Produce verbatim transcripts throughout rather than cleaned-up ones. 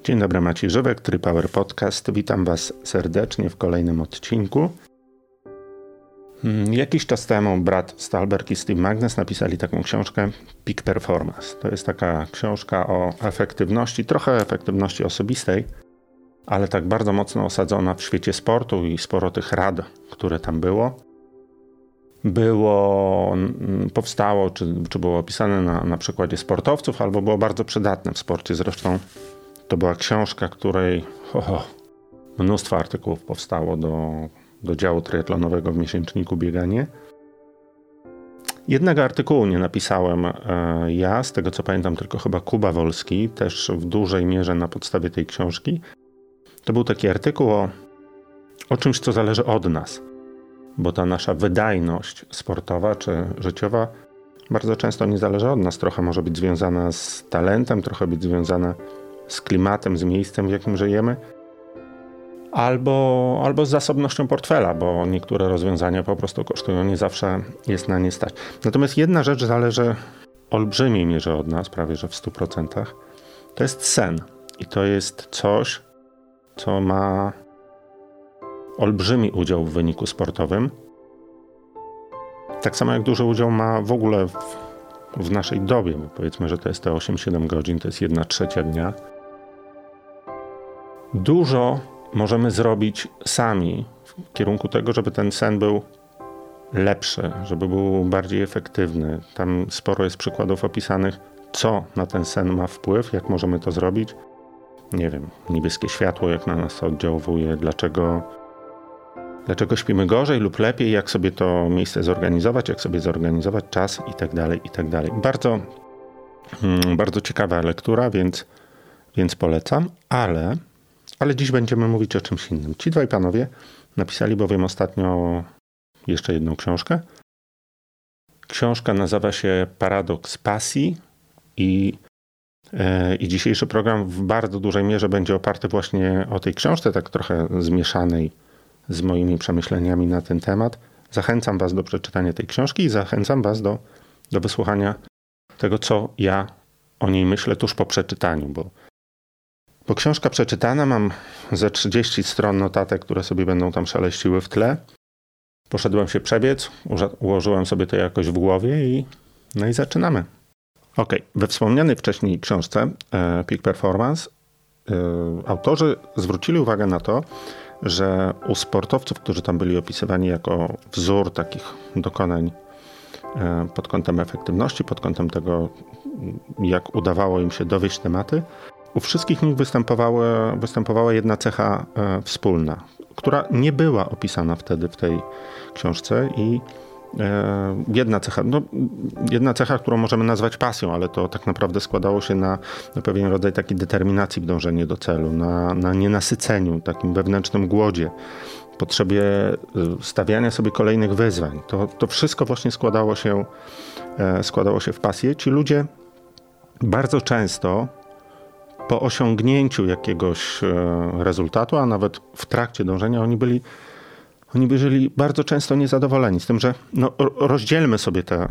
Dzień dobry, Maciej Żywek, Tripower Podcast. Witam Was serdecznie w kolejnym odcinku. Jakiś czas temu brat Stallberg i Steve Magness napisali taką książkę Peak Performance. To jest taka książka o efektywności, trochę efektywności osobistej, ale tak bardzo mocno osadzona w świecie sportu i sporo tych rad, które tam było. Było, powstało, czy, czy było opisane na, na przykładzie sportowców, albo było bardzo przydatne w sporcie. Zresztą to była książka, której oh, mnóstwo artykułów powstało do, do działu triatlonowego w miesięczniku Bieganie. Jednego artykułu nie napisałem e, ja, z tego co pamiętam tylko chyba Kuba Wolski, też w dużej mierze na podstawie tej książki. To był taki artykuł o, o czymś, co zależy od nas, bo ta nasza wydajność sportowa czy życiowa bardzo często nie zależy od nas. Trochę może być związana z talentem, trochę być związana z klimatem, z miejscem, w jakim żyjemy, albo, albo z zasobnością portfela, bo niektóre rozwiązania po prostu kosztują, nie zawsze jest na nie stać. Natomiast jedna rzecz zależy w olbrzymiej mierze od nas, prawie że w stu procentach, to jest sen. I to jest coś, co ma olbrzymi udział w wyniku sportowym. Tak samo jak duży udział ma w ogóle w, w naszej dobie, bo powiedzmy, że to jest te osiem siedem godzin, to jest jedna trzecia dnia. Dużo możemy zrobić sami w kierunku tego, żeby ten sen był lepszy, żeby był bardziej efektywny. Tam sporo jest przykładów opisanych, co na ten sen ma wpływ, jak możemy to zrobić. Nie wiem, niebieskie światło, jak na nas to oddziałuje, dlaczego, dlaczego śpimy gorzej lub lepiej, jak sobie to miejsce zorganizować, jak sobie zorganizować czas i tak dalej, i tak dalej. Bardzo, hmm, bardzo ciekawa lektura, więc, więc polecam, ale... Ale dziś będziemy mówić o czymś innym. Ci dwaj panowie napisali bowiem ostatnio jeszcze jedną książkę. Książka nazywa się Paradoks Pasji i, e, i dzisiejszy program w bardzo dużej mierze będzie oparty właśnie o tej książce, tak trochę zmieszanej z moimi przemyśleniami na ten temat. Zachęcam Was do przeczytania tej książki i zachęcam Was do, do wysłuchania tego, co ja o niej myślę tuż po przeczytaniu, bo Bo książka przeczytana, mam ze trzydzieści stron notatek, które sobie będą tam szeleściły w tle. Poszedłem się przebiec, ułożyłem sobie to jakoś w głowie i no i zaczynamy. Ok, we wspomnianej wcześniej książce e, Peak Performance e, autorzy zwrócili uwagę na to, że u sportowców, którzy tam byli opisywani jako wzór takich dokonań e, pod kątem efektywności, pod kątem tego, jak udawało im się dowieść tematy, u wszystkich nich występowała, występowała jedna cecha e, wspólna, która nie była opisana wtedy w tej książce i e, jedna cecha, no, jedna cecha, którą możemy nazwać pasją, ale to tak naprawdę składało się na, na pewien rodzaj takiej determinacji w dążeniu do celu, na, na nienasyceniu, takim wewnętrznym głodzie, potrzebie stawiania sobie kolejnych wyzwań. To, to wszystko właśnie składało się, e, składało się w pasję. Ci ludzie bardzo często po osiągnięciu jakiegoś rezultatu, a nawet w trakcie dążenia, oni byli, oni byli bardzo często niezadowoleni z tym, że no, rozdzielmy sobie te,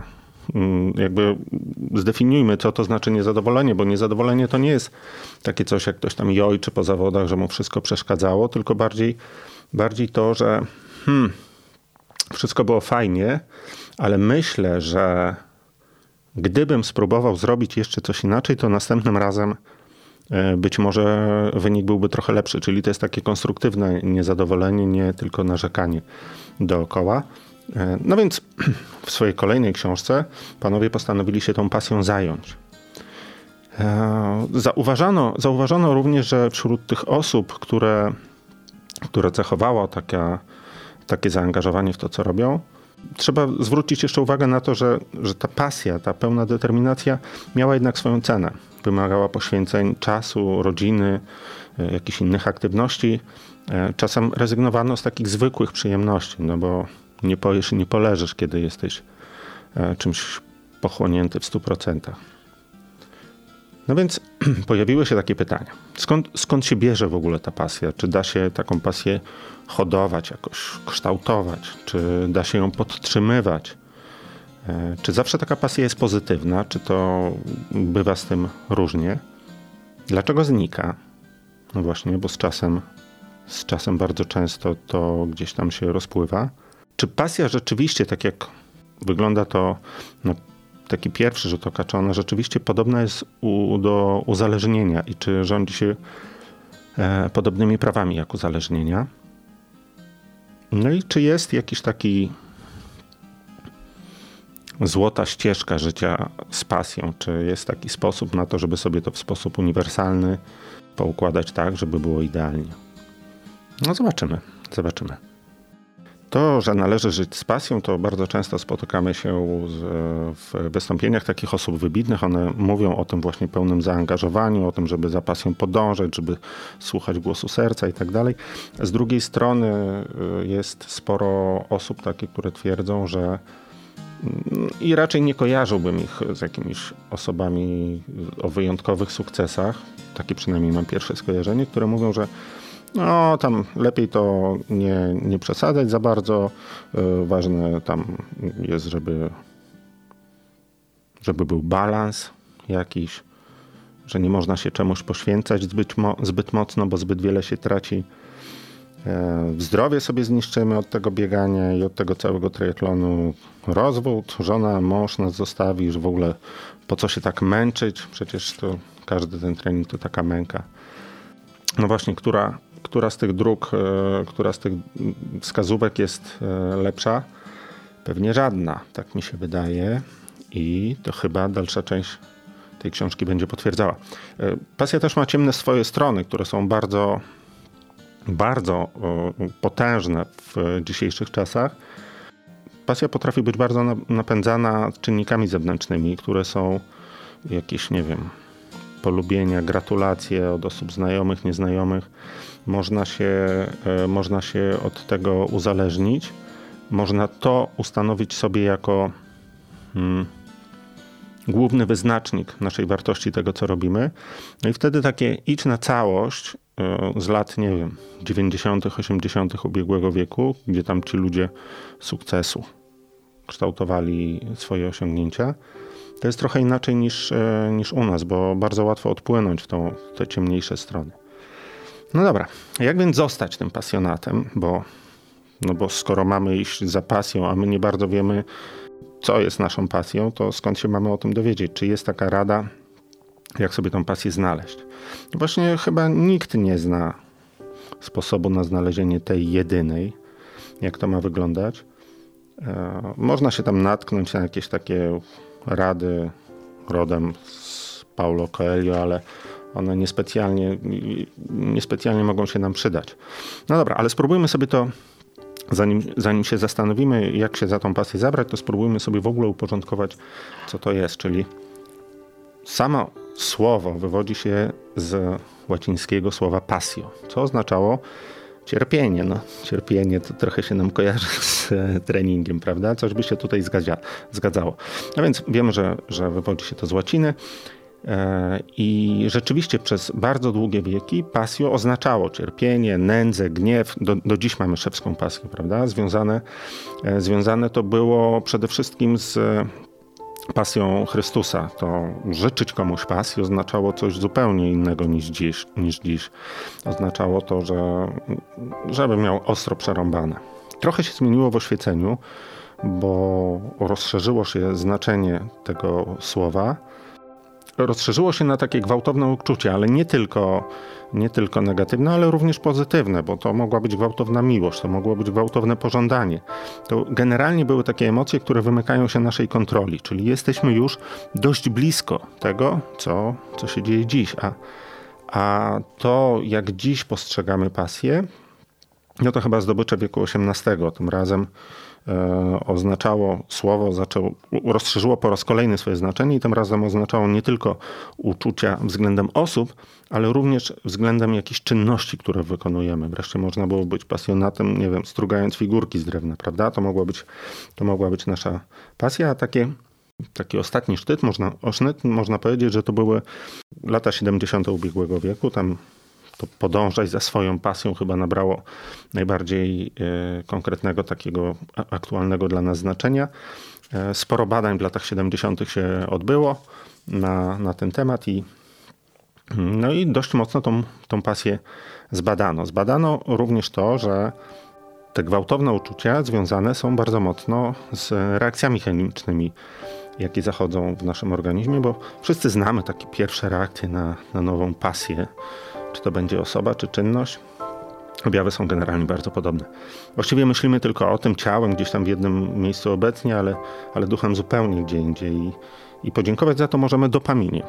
jakby zdefiniujmy, co to znaczy niezadowolenie, bo niezadowolenie to nie jest takie coś, jak ktoś tam jojczy po zawodach, że mu wszystko przeszkadzało, tylko bardziej, bardziej to, że hmm, wszystko było fajnie, ale myślę, że gdybym spróbował zrobić jeszcze coś inaczej, to następnym razem być może wynik byłby trochę lepszy, czyli to jest takie konstruktywne niezadowolenie, nie tylko narzekanie dookoła. No więc w swojej kolejnej książce panowie postanowili się tą pasją zająć. Zauważano, zauważano również, że wśród tych osób, które, które cechowało taka, takie zaangażowanie w to, co robią, trzeba zwrócić jeszcze uwagę na to, że, że ta pasja, ta pełna determinacja miała jednak swoją cenę. Wymagała poświęceń czasu, rodziny, jakichś innych aktywności. Czasem rezygnowano z takich zwykłych przyjemności, no bo nie pojesz i nie poleżysz, kiedy jesteś czymś pochłonięty w stu procentach. No więc pojawiły się takie pytania. Skąd, skąd się bierze w ogóle ta pasja? Czy da się taką pasję hodować, jakoś kształtować? Czy da się ją podtrzymywać? Czy zawsze taka pasja jest pozytywna? Czy to bywa z tym różnie? Dlaczego znika? No właśnie, bo z czasem, z czasem bardzo często to gdzieś tam się rozpływa. Czy pasja rzeczywiście, tak jak wygląda to na taki pierwszy rzut oka, czy ona rzeczywiście podobna jest u, do uzależnienia i czy rządzi się e, podobnymi prawami jak uzależnienia? No i czy jest jakiś taki złota ścieżka życia z pasją? Czy jest taki sposób na to, żeby sobie to w sposób uniwersalny poukładać tak, żeby było idealnie? No zobaczymy, zobaczymy. To, że należy żyć z pasją, to bardzo często spotykamy się z, w wystąpieniach takich osób wybitnych. One mówią o tym właśnie pełnym zaangażowaniu, o tym, żeby za pasją podążać, żeby słuchać głosu serca i tak dalej. Z drugiej strony jest sporo osób takich, które twierdzą, że i raczej nie kojarzyłbym ich z jakimiś osobami o wyjątkowych sukcesach. Takie przynajmniej mam pierwsze skojarzenie, które mówią, że no tam lepiej to nie, nie przesadzać za bardzo. Yy, ważne tam jest, żeby, żeby był balans jakiś, że nie można się czemuś poświęcać zbyt, mo- zbyt mocno, bo zbyt wiele się traci. Yy, zdrowie sobie zniszczymy od tego biegania i od tego całego triatlonu. Rozwód, żona, mąż nas zostawi, że w ogóle po co się tak męczyć? Przecież to każdy ten trening to taka męka. No właśnie, która Która z tych dróg, która z tych wskazówek jest lepsza? Pewnie żadna, tak mi się wydaje. I to chyba dalsza część tej książki będzie potwierdzała. Pasja też ma ciemne swoje strony, które są bardzo, bardzo potężne w dzisiejszych czasach. Pasja potrafi być bardzo napędzana czynnikami zewnętrznymi, które są jakieś, nie wiem, polubienia, gratulacje od osób znajomych, nieznajomych. Można się, można się od tego uzależnić. Można to ustanowić sobie jako hmm, główny wyznacznik naszej wartości tego, co robimy. No i wtedy takie idź na całość z lat, nie wiem, dziewięćdziesiątych, osiemdziesiątych ubiegłego wieku, gdzie tam ci ludzie sukcesu kształtowali swoje osiągnięcia. To jest trochę inaczej niż, niż u nas, bo bardzo łatwo odpłynąć w tą, te ciemniejsze strony. No dobra, jak więc zostać tym pasjonatem? Bo, no bo skoro mamy iść za pasją, a my nie bardzo wiemy, co jest naszą pasją, to skąd się mamy o tym dowiedzieć? Czy jest taka rada, jak sobie tą pasję znaleźć? No właśnie chyba nikt nie zna sposobu na znalezienie tej jedynej, jak to ma wyglądać. E, można się tam natknąć na jakieś takie rady rodem z Paulo Coelho, ale one niespecjalnie, niespecjalnie mogą się nam przydać. No dobra, ale spróbujmy sobie to, zanim, zanim się zastanowimy, jak się za tą pasję zabrać, to spróbujmy sobie w ogóle uporządkować, co to jest. Czyli samo słowo wywodzi się z łacińskiego słowa passio, co oznaczało cierpienie. No, cierpienie to trochę się nam kojarzy z treningiem, prawda? Coś by się tutaj zgadzia, zgadzało. No więc wiemy, że, że wywodzi się to z łaciny. I rzeczywiście przez bardzo długie wieki passio oznaczało cierpienie, nędzę, gniew. Do, do dziś mamy szewską pasję, prawda? Związane, związane to było przede wszystkim z pasją Chrystusa. To życzyć komuś pasji oznaczało coś zupełnie innego niż dziś. Niż dziś. Oznaczało to, że żeby miał ostro przerąbane. Trochę się zmieniło w oświeceniu, bo rozszerzyło się znaczenie tego słowa. Rozszerzyło się na takie gwałtowne uczucie, ale nie tylko, nie tylko negatywne, ale również pozytywne, bo to mogła być gwałtowna miłość, to mogło być gwałtowne pożądanie. To generalnie były takie emocje, które wymykają się naszej kontroli, czyli jesteśmy już dość blisko tego, co, co się dzieje dziś. A, a to, jak dziś postrzegamy pasję, no to chyba zdobycze wieku osiemnastego. Tym razem e, oznaczało, słowo zaczęło, rozszerzyło po raz kolejny swoje znaczenie i tym razem oznaczało nie tylko uczucia względem osób, ale również względem jakichś czynności, które wykonujemy. Wreszcie można było być pasjonatem, nie wiem, strugając figurki z drewna, prawda? To mogła być, to mogła być nasza pasja, a takie Taki ostatni szczyt, można, o sznyt można powiedzieć, że to były lata siedemdziesiąte ubiegłego wieku. Tam to podążać za swoją pasją chyba nabrało najbardziej e, konkretnego, takiego aktualnego dla nas znaczenia. E, sporo badań w latach siedemdziesiątych się odbyło na, na ten temat i No i dość mocno tą, tą pasję zbadano. Zbadano również to, że te gwałtowne uczucia związane są bardzo mocno z reakcjami chemicznymi, jakie zachodzą w naszym organizmie, bo wszyscy znamy takie pierwsze reakcje na, na nową pasję, czy to będzie osoba, czy czynność. Objawy są generalnie bardzo podobne. Właściwie myślimy tylko o tym ciałem gdzieś tam w jednym miejscu obecnie, ale, ale duchem zupełnie gdzie indziej. I, i podziękować za to możemy dopaminie.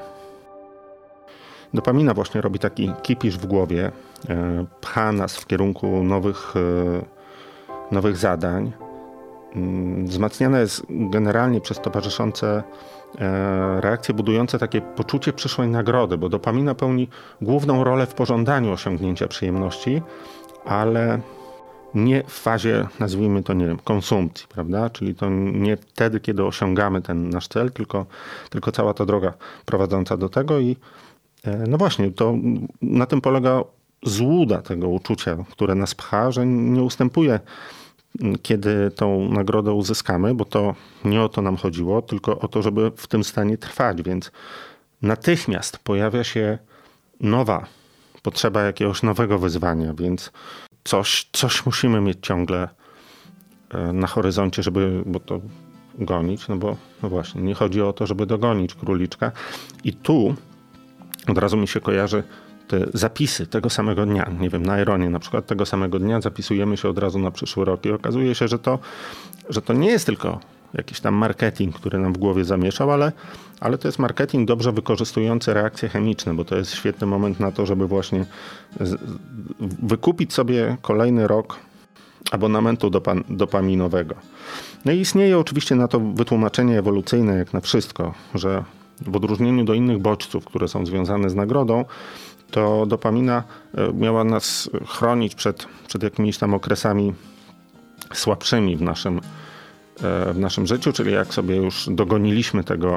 Dopamina właśnie robi taki kipisz w głowie, e, pcha nas w kierunku nowych, e, nowych zadań. E, wzmacniane jest generalnie przez towarzyszące e, reakcje budujące takie poczucie przyszłej nagrody, bo dopamina pełni główną rolę w pożądaniu osiągnięcia przyjemności, ale nie w fazie, nazwijmy to, nie wiem, konsumpcji, prawda? Czyli to nie wtedy, kiedy osiągamy ten nasz cel, tylko, tylko cała ta droga prowadząca do tego i no właśnie, to na tym polega złuda tego uczucia, które nas pcha, że nie ustępuje, kiedy tą nagrodę uzyskamy, bo to nie o to nam chodziło, tylko o to, żeby w tym stanie trwać, więc natychmiast pojawia się nowa potrzeba jakiegoś nowego wyzwania, więc coś, coś musimy mieć ciągle na horyzoncie, żeby, bo to gonić, no bo no właśnie, nie chodzi o to, żeby dogonić króliczka. I tu od razu mi się kojarzy te zapisy tego samego dnia. Nie wiem, na Ironie na przykład tego samego dnia zapisujemy się od razu na przyszły rok i okazuje się, że to, że to nie jest tylko jakiś tam marketing, który nam w głowie zamieszał, ale, ale to jest marketing dobrze wykorzystujący reakcje chemiczne, bo to jest świetny moment na to, żeby właśnie z, wykupić sobie kolejny rok abonamentu dopa- dopaminowego. No i istnieje oczywiście na to wytłumaczenie ewolucyjne, jak na wszystko, że w odróżnieniu do innych bodźców, które są związane z nagrodą, to dopamina miała nas chronić przed, przed jakimiś tam okresami słabszymi w naszym, w naszym życiu, czyli jak sobie już dogoniliśmy tego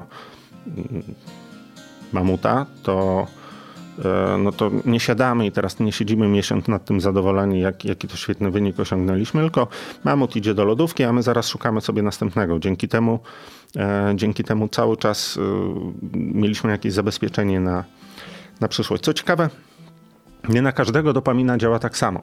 mamuta, to, no to nie siadamy i teraz nie siedzimy miesiąc nad tym zadowoleni, jak, jaki to świetny wynik osiągnęliśmy, tylko mamut idzie do lodówki, a my zaraz szukamy sobie następnego. Dzięki temu Dzięki temu cały czas mieliśmy jakieś zabezpieczenie na, na przyszłość. Co ciekawe, nie na każdego dopamina działa tak samo,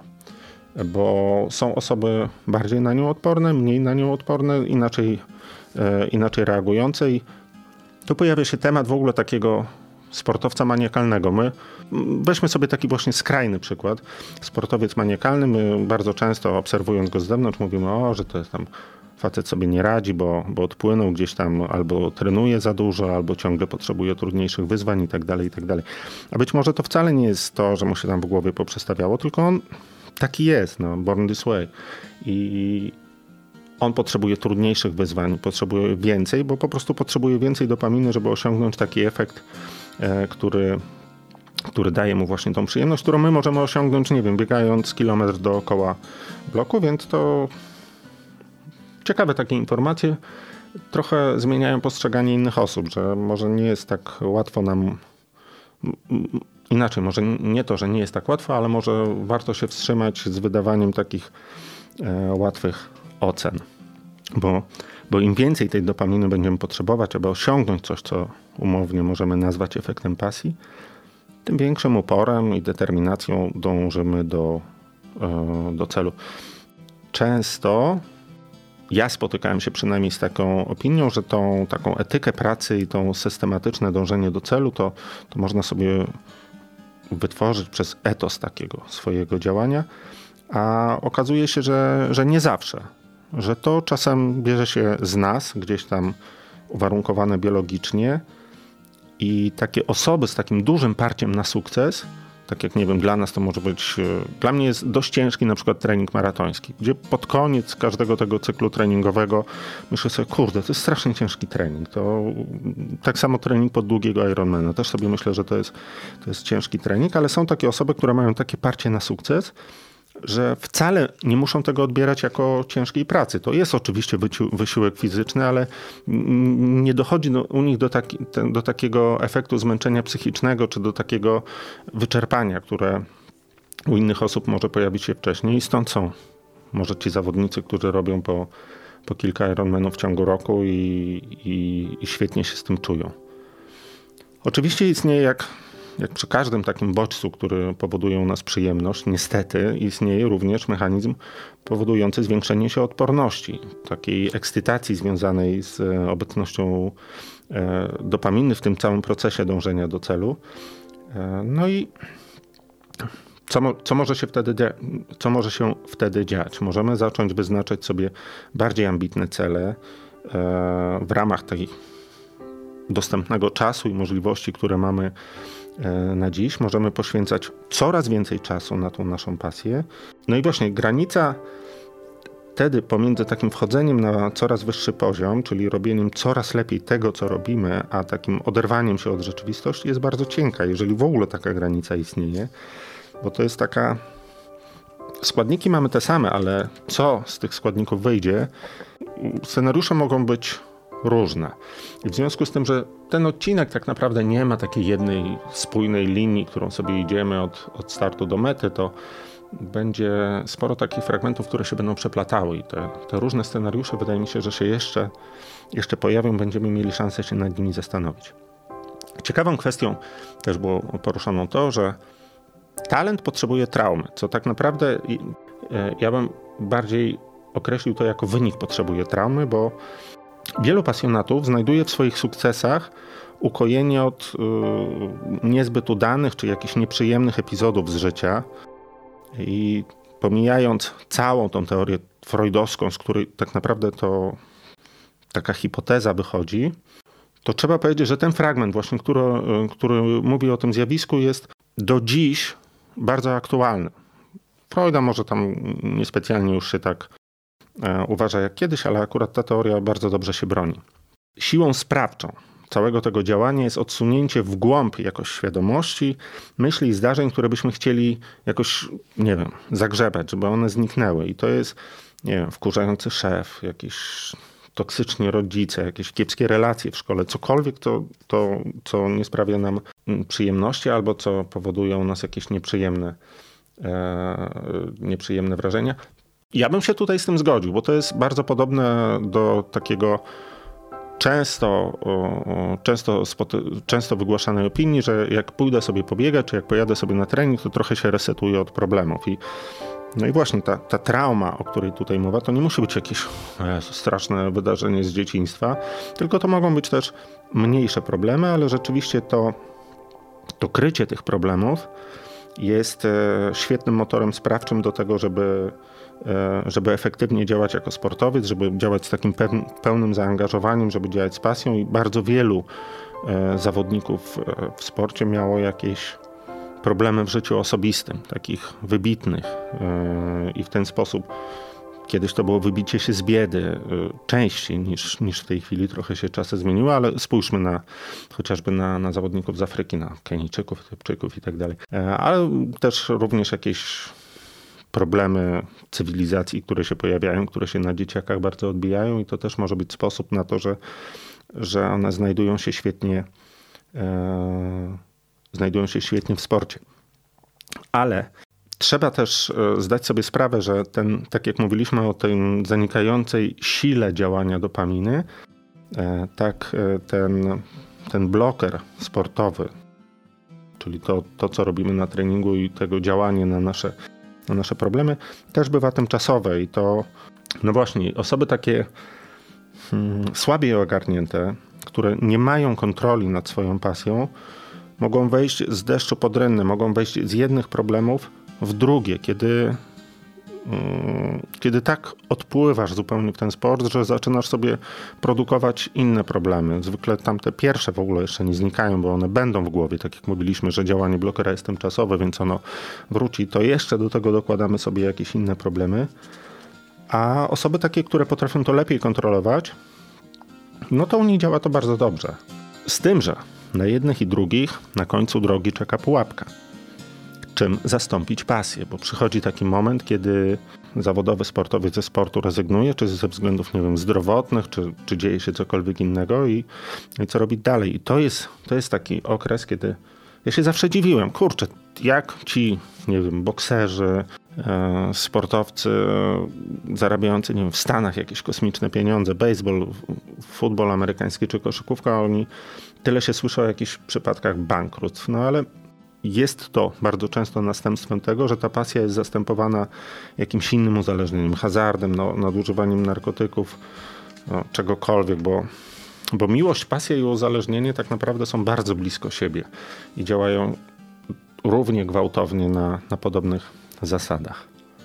bo są osoby bardziej na nią odporne, mniej na nią odporne, inaczej, inaczej reagujące i tu pojawia się temat w ogóle takiego sportowca maniakalnego. My weźmy sobie taki właśnie skrajny przykład. Sportowiec maniakalny, my bardzo często obserwując go z zewnątrz mówimy, o, że to jest tam facet sobie nie radzi, bo, bo odpłynął gdzieś tam, albo trenuje za dużo, albo ciągle potrzebuje trudniejszych wyzwań i tak dalej, i tak dalej. A być może to wcale nie jest to, że mu się tam w głowie poprzestawiało, tylko on taki jest, no, born this way. I on potrzebuje trudniejszych wyzwań, potrzebuje więcej, bo po prostu potrzebuje więcej dopaminy, żeby osiągnąć taki efekt, e, który, który daje mu właśnie tą przyjemność, którą my możemy osiągnąć, nie wiem, biegając kilometr dookoła bloku, więc to ciekawe takie informacje trochę zmieniają postrzeganie innych osób, że może nie jest tak łatwo nam, inaczej, może nie to, że nie jest tak łatwo, ale może warto się wstrzymać z wydawaniem takich e, łatwych ocen, bo, bo im więcej tej dopaminy będziemy potrzebować, aby osiągnąć coś, co umownie możemy nazwać efektem pasji, tym większym uporem i determinacją dążymy do, e, do celu. Często ja spotykałem się przynajmniej z taką opinią, że tą taką etykę pracy i tą systematyczne dążenie do celu to, to można sobie wytworzyć przez etos takiego swojego działania, a okazuje się, że, że nie zawsze. Że to czasem bierze się z nas, gdzieś tam uwarunkowane biologicznie i takie osoby z takim dużym parciem na sukces, tak jak nie wiem, dla nas to może być, dla mnie jest dość ciężki na przykład trening maratoński, gdzie pod koniec każdego tego cyklu treningowego myślę sobie, kurde, to jest strasznie ciężki trening. To tak samo trening pod długiego Ironmana. Też sobie myślę, że to jest, to jest ciężki trening, ale są takie osoby, które mają takie parcie na sukces, że wcale nie muszą tego odbierać jako ciężkiej pracy. To jest oczywiście wysiłek fizyczny, ale nie dochodzi do, u nich do, taki, do takiego efektu zmęczenia psychicznego, czy do takiego wyczerpania, które u innych osób może pojawić się wcześniej. I stąd są może ci zawodnicy, którzy robią po, po kilka Ironmanów w ciągu roku i, i, i świetnie się z tym czują. Oczywiście istnieje, jak jak przy każdym takim bodźcu, który powoduje u nas przyjemność, niestety istnieje również mechanizm powodujący zwiększenie się odporności, takiej ekscytacji związanej z obecnością dopaminy w tym całym procesie dążenia do celu. No i co, mo- co, może się wtedy dzia- co może się wtedy dziać? Możemy zacząć wyznaczać sobie bardziej ambitne cele w ramach tej dostępnego czasu i możliwości, które mamy na dziś. Możemy poświęcać coraz więcej czasu na tą naszą pasję. No i właśnie granica wtedy pomiędzy takim wchodzeniem na coraz wyższy poziom, czyli robieniem coraz lepiej tego, co robimy, a takim oderwaniem się od rzeczywistości jest bardzo cienka, jeżeli w ogóle taka granica istnieje, bo to jest taka... Składniki mamy te same, ale co z tych składników wyjdzie, scenariusze mogą być różne. I w związku z tym, że ten odcinek tak naprawdę nie ma takiej jednej spójnej linii, którą sobie idziemy od, od startu do mety, to będzie sporo takich fragmentów, które się będą przeplatały i te, te różne scenariusze wydaje mi się, że się jeszcze, jeszcze pojawią, będziemy mieli szansę się nad nimi zastanowić. Ciekawą kwestią też było poruszoną to, że talent potrzebuje traumy, co tak naprawdę ja bym bardziej określił to jako wynik potrzebuje traumy, bo wielu pasjonatów znajduje w swoich sukcesach ukojenie od y, niezbyt udanych czy jakichś nieprzyjemnych epizodów z życia i pomijając całą tą teorię freudowską, z której tak naprawdę to taka hipoteza wychodzi, to trzeba powiedzieć, że ten fragment właśnie, który, który mówi o tym zjawisku, jest do dziś bardzo aktualny. Freuda może tam niespecjalnie już się tak e, uważa jak kiedyś, ale akurat ta teoria bardzo dobrze się broni. Siłą sprawczą całego tego działania jest odsunięcie w głąb jakoś świadomości, myśli i zdarzeń, które byśmy chcieli jakoś, nie wiem, zagrzebać, żeby one zniknęły. I to jest, nie wiem, wkurzający szef, jakiś toksyczni rodzice, jakieś kiepskie relacje w szkole, cokolwiek to, to, co nie sprawia nam przyjemności albo co powoduje u nas jakieś nieprzyjemne, e, nieprzyjemne wrażenia. Ja bym się tutaj z tym zgodził, bo to jest bardzo podobne do takiego często, o, często, spoty- często wygłaszanej opinii, że jak pójdę sobie pobiegać, czy jak pojadę sobie na trening, to trochę się resetuję od problemów. I No i właśnie ta, ta trauma, o której tutaj mowa, to nie musi być jakieś Jezu, straszne wydarzenie z dzieciństwa, tylko to mogą być też mniejsze problemy, ale rzeczywiście to, to krycie tych problemów jest e, świetnym motorem sprawczym do tego, żeby, e, żeby efektywnie działać jako sportowiec, żeby działać z takim peł, pełnym zaangażowaniem, żeby działać z pasją i bardzo wielu e, zawodników e, w sporcie miało jakieś problemy w życiu osobistym, takich wybitnych yy, i w ten sposób kiedyś to było wybicie się z biedy yy, częściej niż, niż w tej chwili. Trochę się czasy zmieniły, ale spójrzmy na chociażby na, na zawodników z Afryki, na Kenijczyków, Etiopczyków i tak dalej. Yy, ale też również jakieś problemy cywilizacji, które się pojawiają, które się na dzieciakach bardzo odbijają i to też może być sposób na to, że, że one znajdują się świetnie yy, znajdują się świetnie w sporcie. Ale trzeba też zdać sobie sprawę, że ten, tak jak mówiliśmy o tej zanikającej sile działania dopaminy, tak ten, ten bloker sportowy, czyli to, to, co robimy na treningu i tego działanie na nasze, na nasze problemy, też bywa tymczasowe i to, no właśnie, osoby takie hmm, słabiej ogarnięte, które nie mają kontroli nad swoją pasją, mogą wejść z deszczu pod rynny, mogą wejść z jednych problemów w drugie, kiedy, yy, kiedy tak odpływasz zupełnie w ten sport, że zaczynasz sobie produkować inne problemy. Zwykle tamte pierwsze w ogóle jeszcze nie znikają, bo one będą w głowie, tak jak mówiliśmy, że działanie blokera jest tymczasowe, więc ono wróci. To jeszcze do tego dokładamy sobie jakieś inne problemy. A osoby takie, które potrafią to lepiej kontrolować, no to u nich działa to bardzo dobrze. Z tym, że na jednych i drugich na końcu drogi czeka pułapka. Czym zastąpić pasję? Bo przychodzi taki moment, kiedy zawodowy sportowiec ze sportu rezygnuje, czy ze względów, nie wiem, zdrowotnych, czy, czy dzieje się cokolwiek innego i, i co robić dalej. I to jest, to jest taki okres, kiedy ja się zawsze dziwiłem. Kurczę, jak ci, nie wiem, bokserzy, e, sportowcy e, zarabiający, nie wiem, w Stanach jakieś kosmiczne pieniądze, baseball, futbol amerykański czy koszykówka, oni tyle się słyszy o jakichś przypadkach bankructw. No ale jest to bardzo często następstwem tego, że ta pasja jest zastępowana jakimś innym uzależnieniem, hazardem, no, nadużywaniem narkotyków, no, czegokolwiek, bo, bo miłość, pasja i uzależnienie tak naprawdę są bardzo blisko siebie i działają równie gwałtownie na, na podobnych zasadach.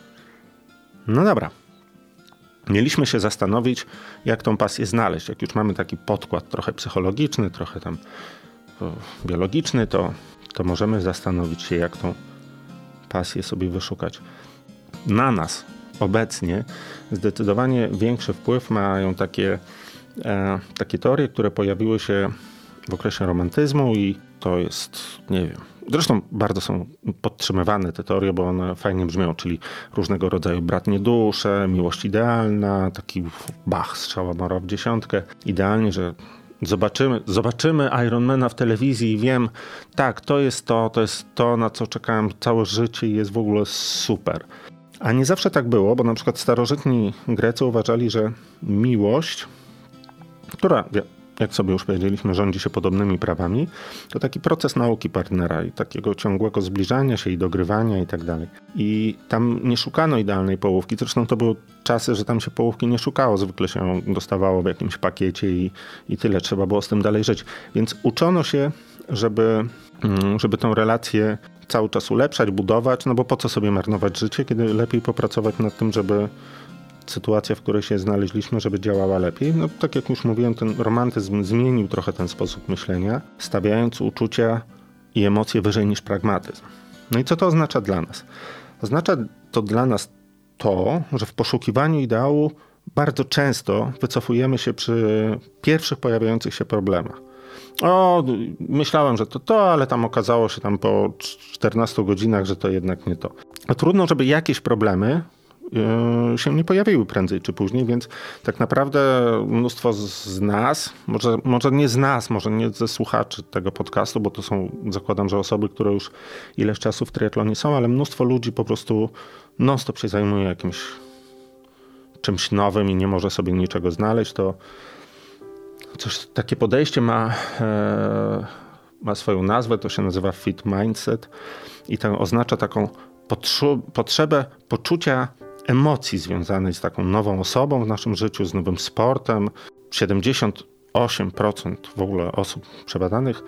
No dobra. Mieliśmy się zastanowić, jak tą pasję znaleźć. Jak już mamy taki podkład trochę psychologiczny, trochę tam biologiczny, to, to możemy zastanowić się, jak tą pasję sobie wyszukać. Na nas obecnie zdecydowanie większy wpływ mają takie, e, takie teorie, które pojawiły się w okresie romantyzmu i to jest, nie wiem, zresztą bardzo są podtrzymywane te teorie, bo one fajnie brzmią, czyli różnego rodzaju bratnie dusze, miłość idealna, taki bach, strzała mora w dziesiątkę. Idealnie, że zobaczymy, zobaczymy Ironmana w telewizji i wiem, tak, to jest to, to jest to, na co czekałem całe życie i jest w ogóle super. A nie zawsze tak było, bo na przykład starożytni Grecy uważali, że miłość, która, jak sobie już powiedzieliśmy, rządzi się podobnymi prawami, to taki proces nauki partnera i takiego ciągłego zbliżania się i dogrywania i tak dalej. I tam nie szukano idealnej połówki. Zresztą to były czasy, że tam się połówki nie szukało. Zwykle się ją dostawało w jakimś pakiecie i, i tyle. Trzeba było z tym dalej żyć. Więc uczono się, żeby, żeby tą relację cały czas ulepszać, budować, no bo po co sobie marnować życie, kiedy lepiej popracować nad tym, żeby sytuacja, w której się znaleźliśmy, żeby działała lepiej. No tak jak już mówiłem, ten romantyzm zmienił trochę ten sposób myślenia, stawiając uczucia i emocje wyżej niż pragmatyzm. No i co to oznacza dla nas? Oznacza to dla nas to, że w poszukiwaniu ideału bardzo często wycofujemy się przy pierwszych pojawiających się problemach. O, myślałem, że to to, ale tam okazało się tam po czternastu godzinach, że to jednak nie to. A trudno, żeby jakieś problemy się nie pojawiły prędzej czy później, więc tak naprawdę mnóstwo z nas, może, może nie z nas, może nie ze słuchaczy tego podcastu, bo to są, zakładam, że osoby, które już ileś czasu w triatlonie są, ale mnóstwo ludzi po prostu non-stop się zajmuje jakimś czymś nowym i nie może sobie niczego znaleźć, to coś, takie podejście ma, e, ma swoją nazwę, to się nazywa fit mindset i to oznacza taką potrzu- potrzebę poczucia emocji związanej z taką nową osobą w naszym życiu, z nowym sportem. siedemdziesiąt osiem procent w ogóle osób przebadanych,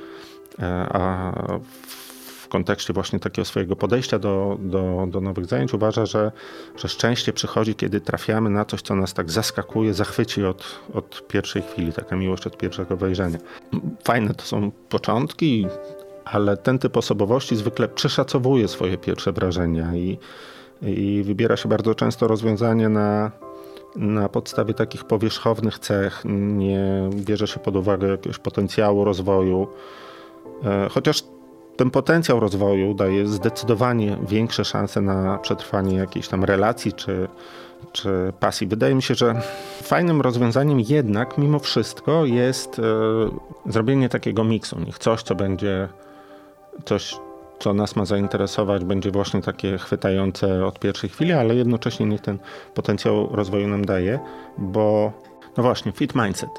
a w kontekście właśnie takiego swojego podejścia do, do, do nowych zajęć uważa, że, że szczęście przychodzi, kiedy trafiamy na coś, co nas tak zaskakuje, zachwyci od, od pierwszej chwili, taka miłość od pierwszego wejrzenia. Fajne to są początki, ale ten typ osobowości zwykle przeszacowuje swoje pierwsze wrażenia i, i wybiera się bardzo często rozwiązanie na, na podstawie takich powierzchownych cech, nie bierze się pod uwagę jakiegoś potencjału rozwoju, chociaż ten potencjał rozwoju daje zdecydowanie większe szanse na przetrwanie jakiejś tam relacji czy, czy pasji. Wydaje mi się, że fajnym rozwiązaniem jednak mimo wszystko jest e, zrobienie takiego miksu. Niech coś, co będzie, coś, co nas ma zainteresować, będzie właśnie takie chwytające od pierwszej chwili, ale jednocześnie niech ten potencjał rozwoju nam daje, bo no właśnie, fit mindset.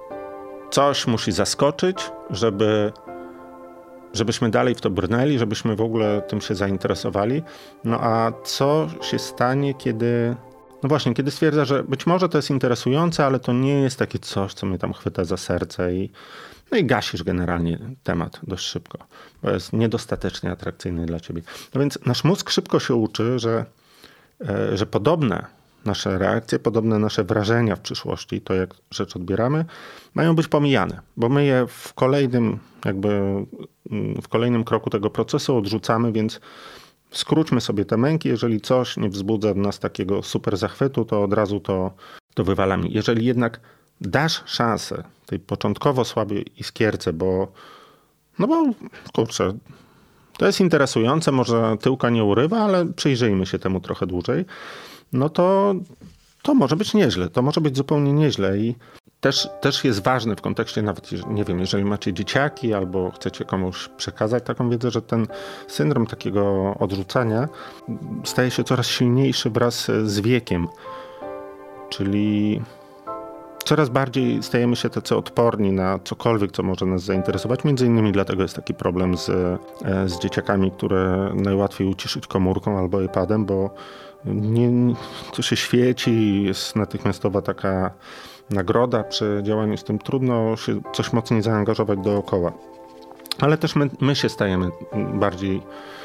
Coś musi zaskoczyć, żeby żebyśmy dalej w to brnęli, żebyśmy w ogóle tym się zainteresowali. No a co się stanie, kiedy, no właśnie, kiedy stwierdza, że być może to jest interesujące, ale to nie jest takie coś, co mnie tam chwyta za serce i, no i gasisz generalnie temat dość szybko, bo jest niedostatecznie atrakcyjny dla ciebie. No więc nasz mózg szybko się uczy, że, że podobne nasze reakcje, podobne nasze wrażenia w przyszłości, to jak rzecz odbieramy, mają być pomijane, bo my je w kolejnym jakby w kolejnym kroku tego procesu odrzucamy, więc skróćmy sobie te męki. Jeżeli coś nie wzbudza w nas takiego super zachwytu, to od razu to, to wywalamy. Jeżeli jednak dasz szansę tej początkowo słabej iskierce, bo no bo kurczę, to jest interesujące, może tyłka nie urywa, ale przyjrzyjmy się temu trochę dłużej, no to to może być nieźle, to może być zupełnie nieźle i też, też jest ważne w kontekście nawet, nie wiem, jeżeli macie dzieciaki albo chcecie komuś przekazać taką wiedzę, że ten syndrom takiego odrzucania staje się coraz silniejszy wraz z wiekiem. Czyli coraz bardziej stajemy się tacy odporni na cokolwiek, co może nas zainteresować. Między innymi dlatego jest taki problem z, z dzieciakami, które najłatwiej uciszyć komórką albo iPadem, bo nie, to się świeci, jest natychmiastowa taka nagroda przy działaniu z tym. Trudno się coś mocniej zaangażować dookoła. Ale też my, my się stajemy bardziej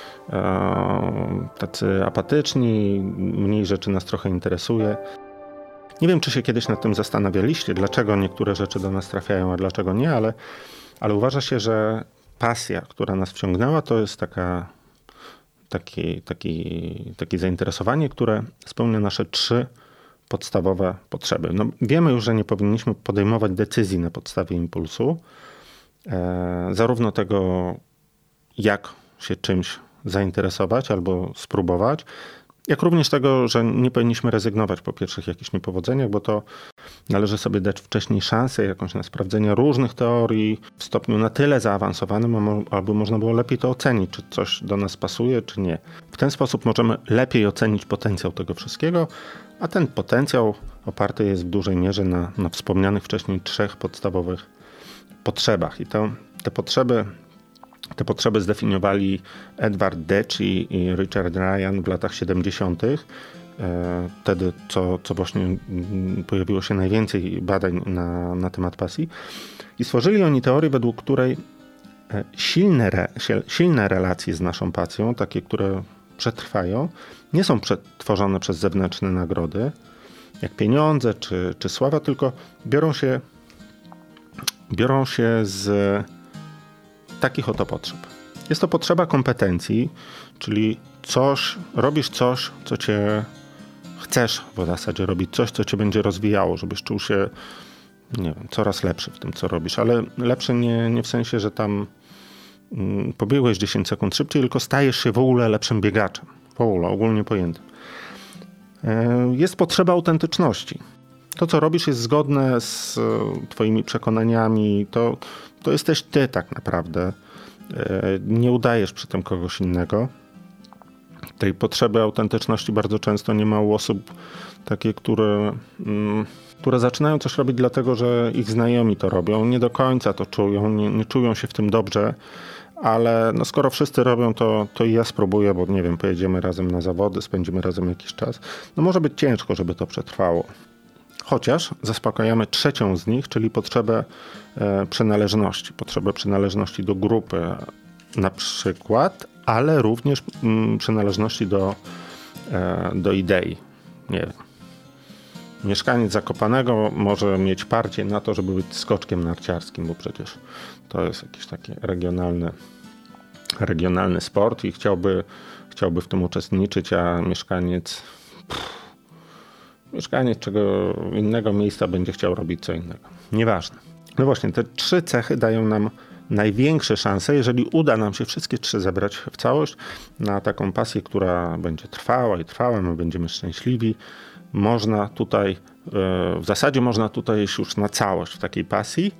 e, tacy apatyczni, mniej rzeczy nas trochę interesuje. Nie wiem, czy się kiedyś nad tym zastanawialiście, dlaczego niektóre rzeczy do nas trafiają, a dlaczego nie, ale, ale uważa się, że pasja, która nas wciągnęła, to jest taka, taki, taki, takie zainteresowanie, które spełnia nasze trzy podstawowe potrzeby. No, wiemy już, że nie powinniśmy podejmować decyzji na podstawie impulsu, e, zarówno tego, jak się czymś zainteresować albo spróbować, jak również tego, że nie powinniśmy rezygnować po pierwszych jakichś niepowodzeniach, bo to należy sobie dać wcześniej szansę jakąś na sprawdzenie różnych teorii w stopniu na tyle zaawansowanym, aby można było lepiej to ocenić, czy coś do nas pasuje, czy nie. W ten sposób możemy lepiej ocenić potencjał tego wszystkiego, a ten potencjał oparty jest w dużej mierze na, na wspomnianych wcześniej trzech podstawowych potrzebach. I to, te potrzeby Te potrzeby zdefiniowali Edward Desch i Richard Ryan w latach siedemdziesiątych. Wtedy, co, co właśnie pojawiło się najwięcej badań na, na temat pasji. I stworzyli oni teorię, według której silne, re, silne relacje z naszą pasją, takie, które przetrwają, nie są przetworzone przez zewnętrzne nagrody, jak pieniądze czy, czy sława, tylko biorą się, biorą się z takich oto potrzeb. Jest to potrzeba kompetencji, czyli coś, robisz coś, co cię chcesz w zasadzie robić, coś, co cię będzie rozwijało, żebyś czuł się, nie wiem, coraz lepszy w tym, co robisz, ale lepszy nie, nie w sensie, że tam mm, pobiegłeś dziesięć sekund szybciej, tylko stajesz się w ogóle lepszym biegaczem, w ogóle, ogólnie pojętym. Jest potrzeba autentyczności. To, co robisz, jest zgodne z twoimi przekonaniami, to, to jesteś ty tak naprawdę. Nie udajesz przy tym kogoś innego. Tej potrzeby autentyczności bardzo często nie ma u osób takie, które, które zaczynają coś robić dlatego, że ich znajomi to robią. Nie do końca to czują, nie, nie czują się w tym dobrze, ale no skoro wszyscy robią to, to i ja spróbuję, bo nie wiem, pojedziemy razem na zawody, spędzimy razem jakiś czas. No może być ciężko, żeby to przetrwało. Chociaż zaspokajamy trzecią z nich, czyli potrzebę e, przynależności. Potrzebę przynależności do grupy na przykład, ale również mm, przynależności do, e, do idei. Nie wiem. Mieszkaniec Zakopanego może mieć parcie na to, żeby być skoczkiem narciarskim, bo przecież to jest jakiś taki regionalny, regionalny sport i chciałby, chciałby w tym uczestniczyć, a mieszkaniec... Pff, Mieszkaniec czego innego miejsca będzie chciał robić co innego. Nieważne. No właśnie, te trzy cechy dają nam największe szanse, jeżeli uda nam się wszystkie trzy zebrać w całość na taką pasję, która będzie trwała i trwała, my będziemy szczęśliwi. Można tutaj, w zasadzie można tutaj iść już na całość w takiej pasji.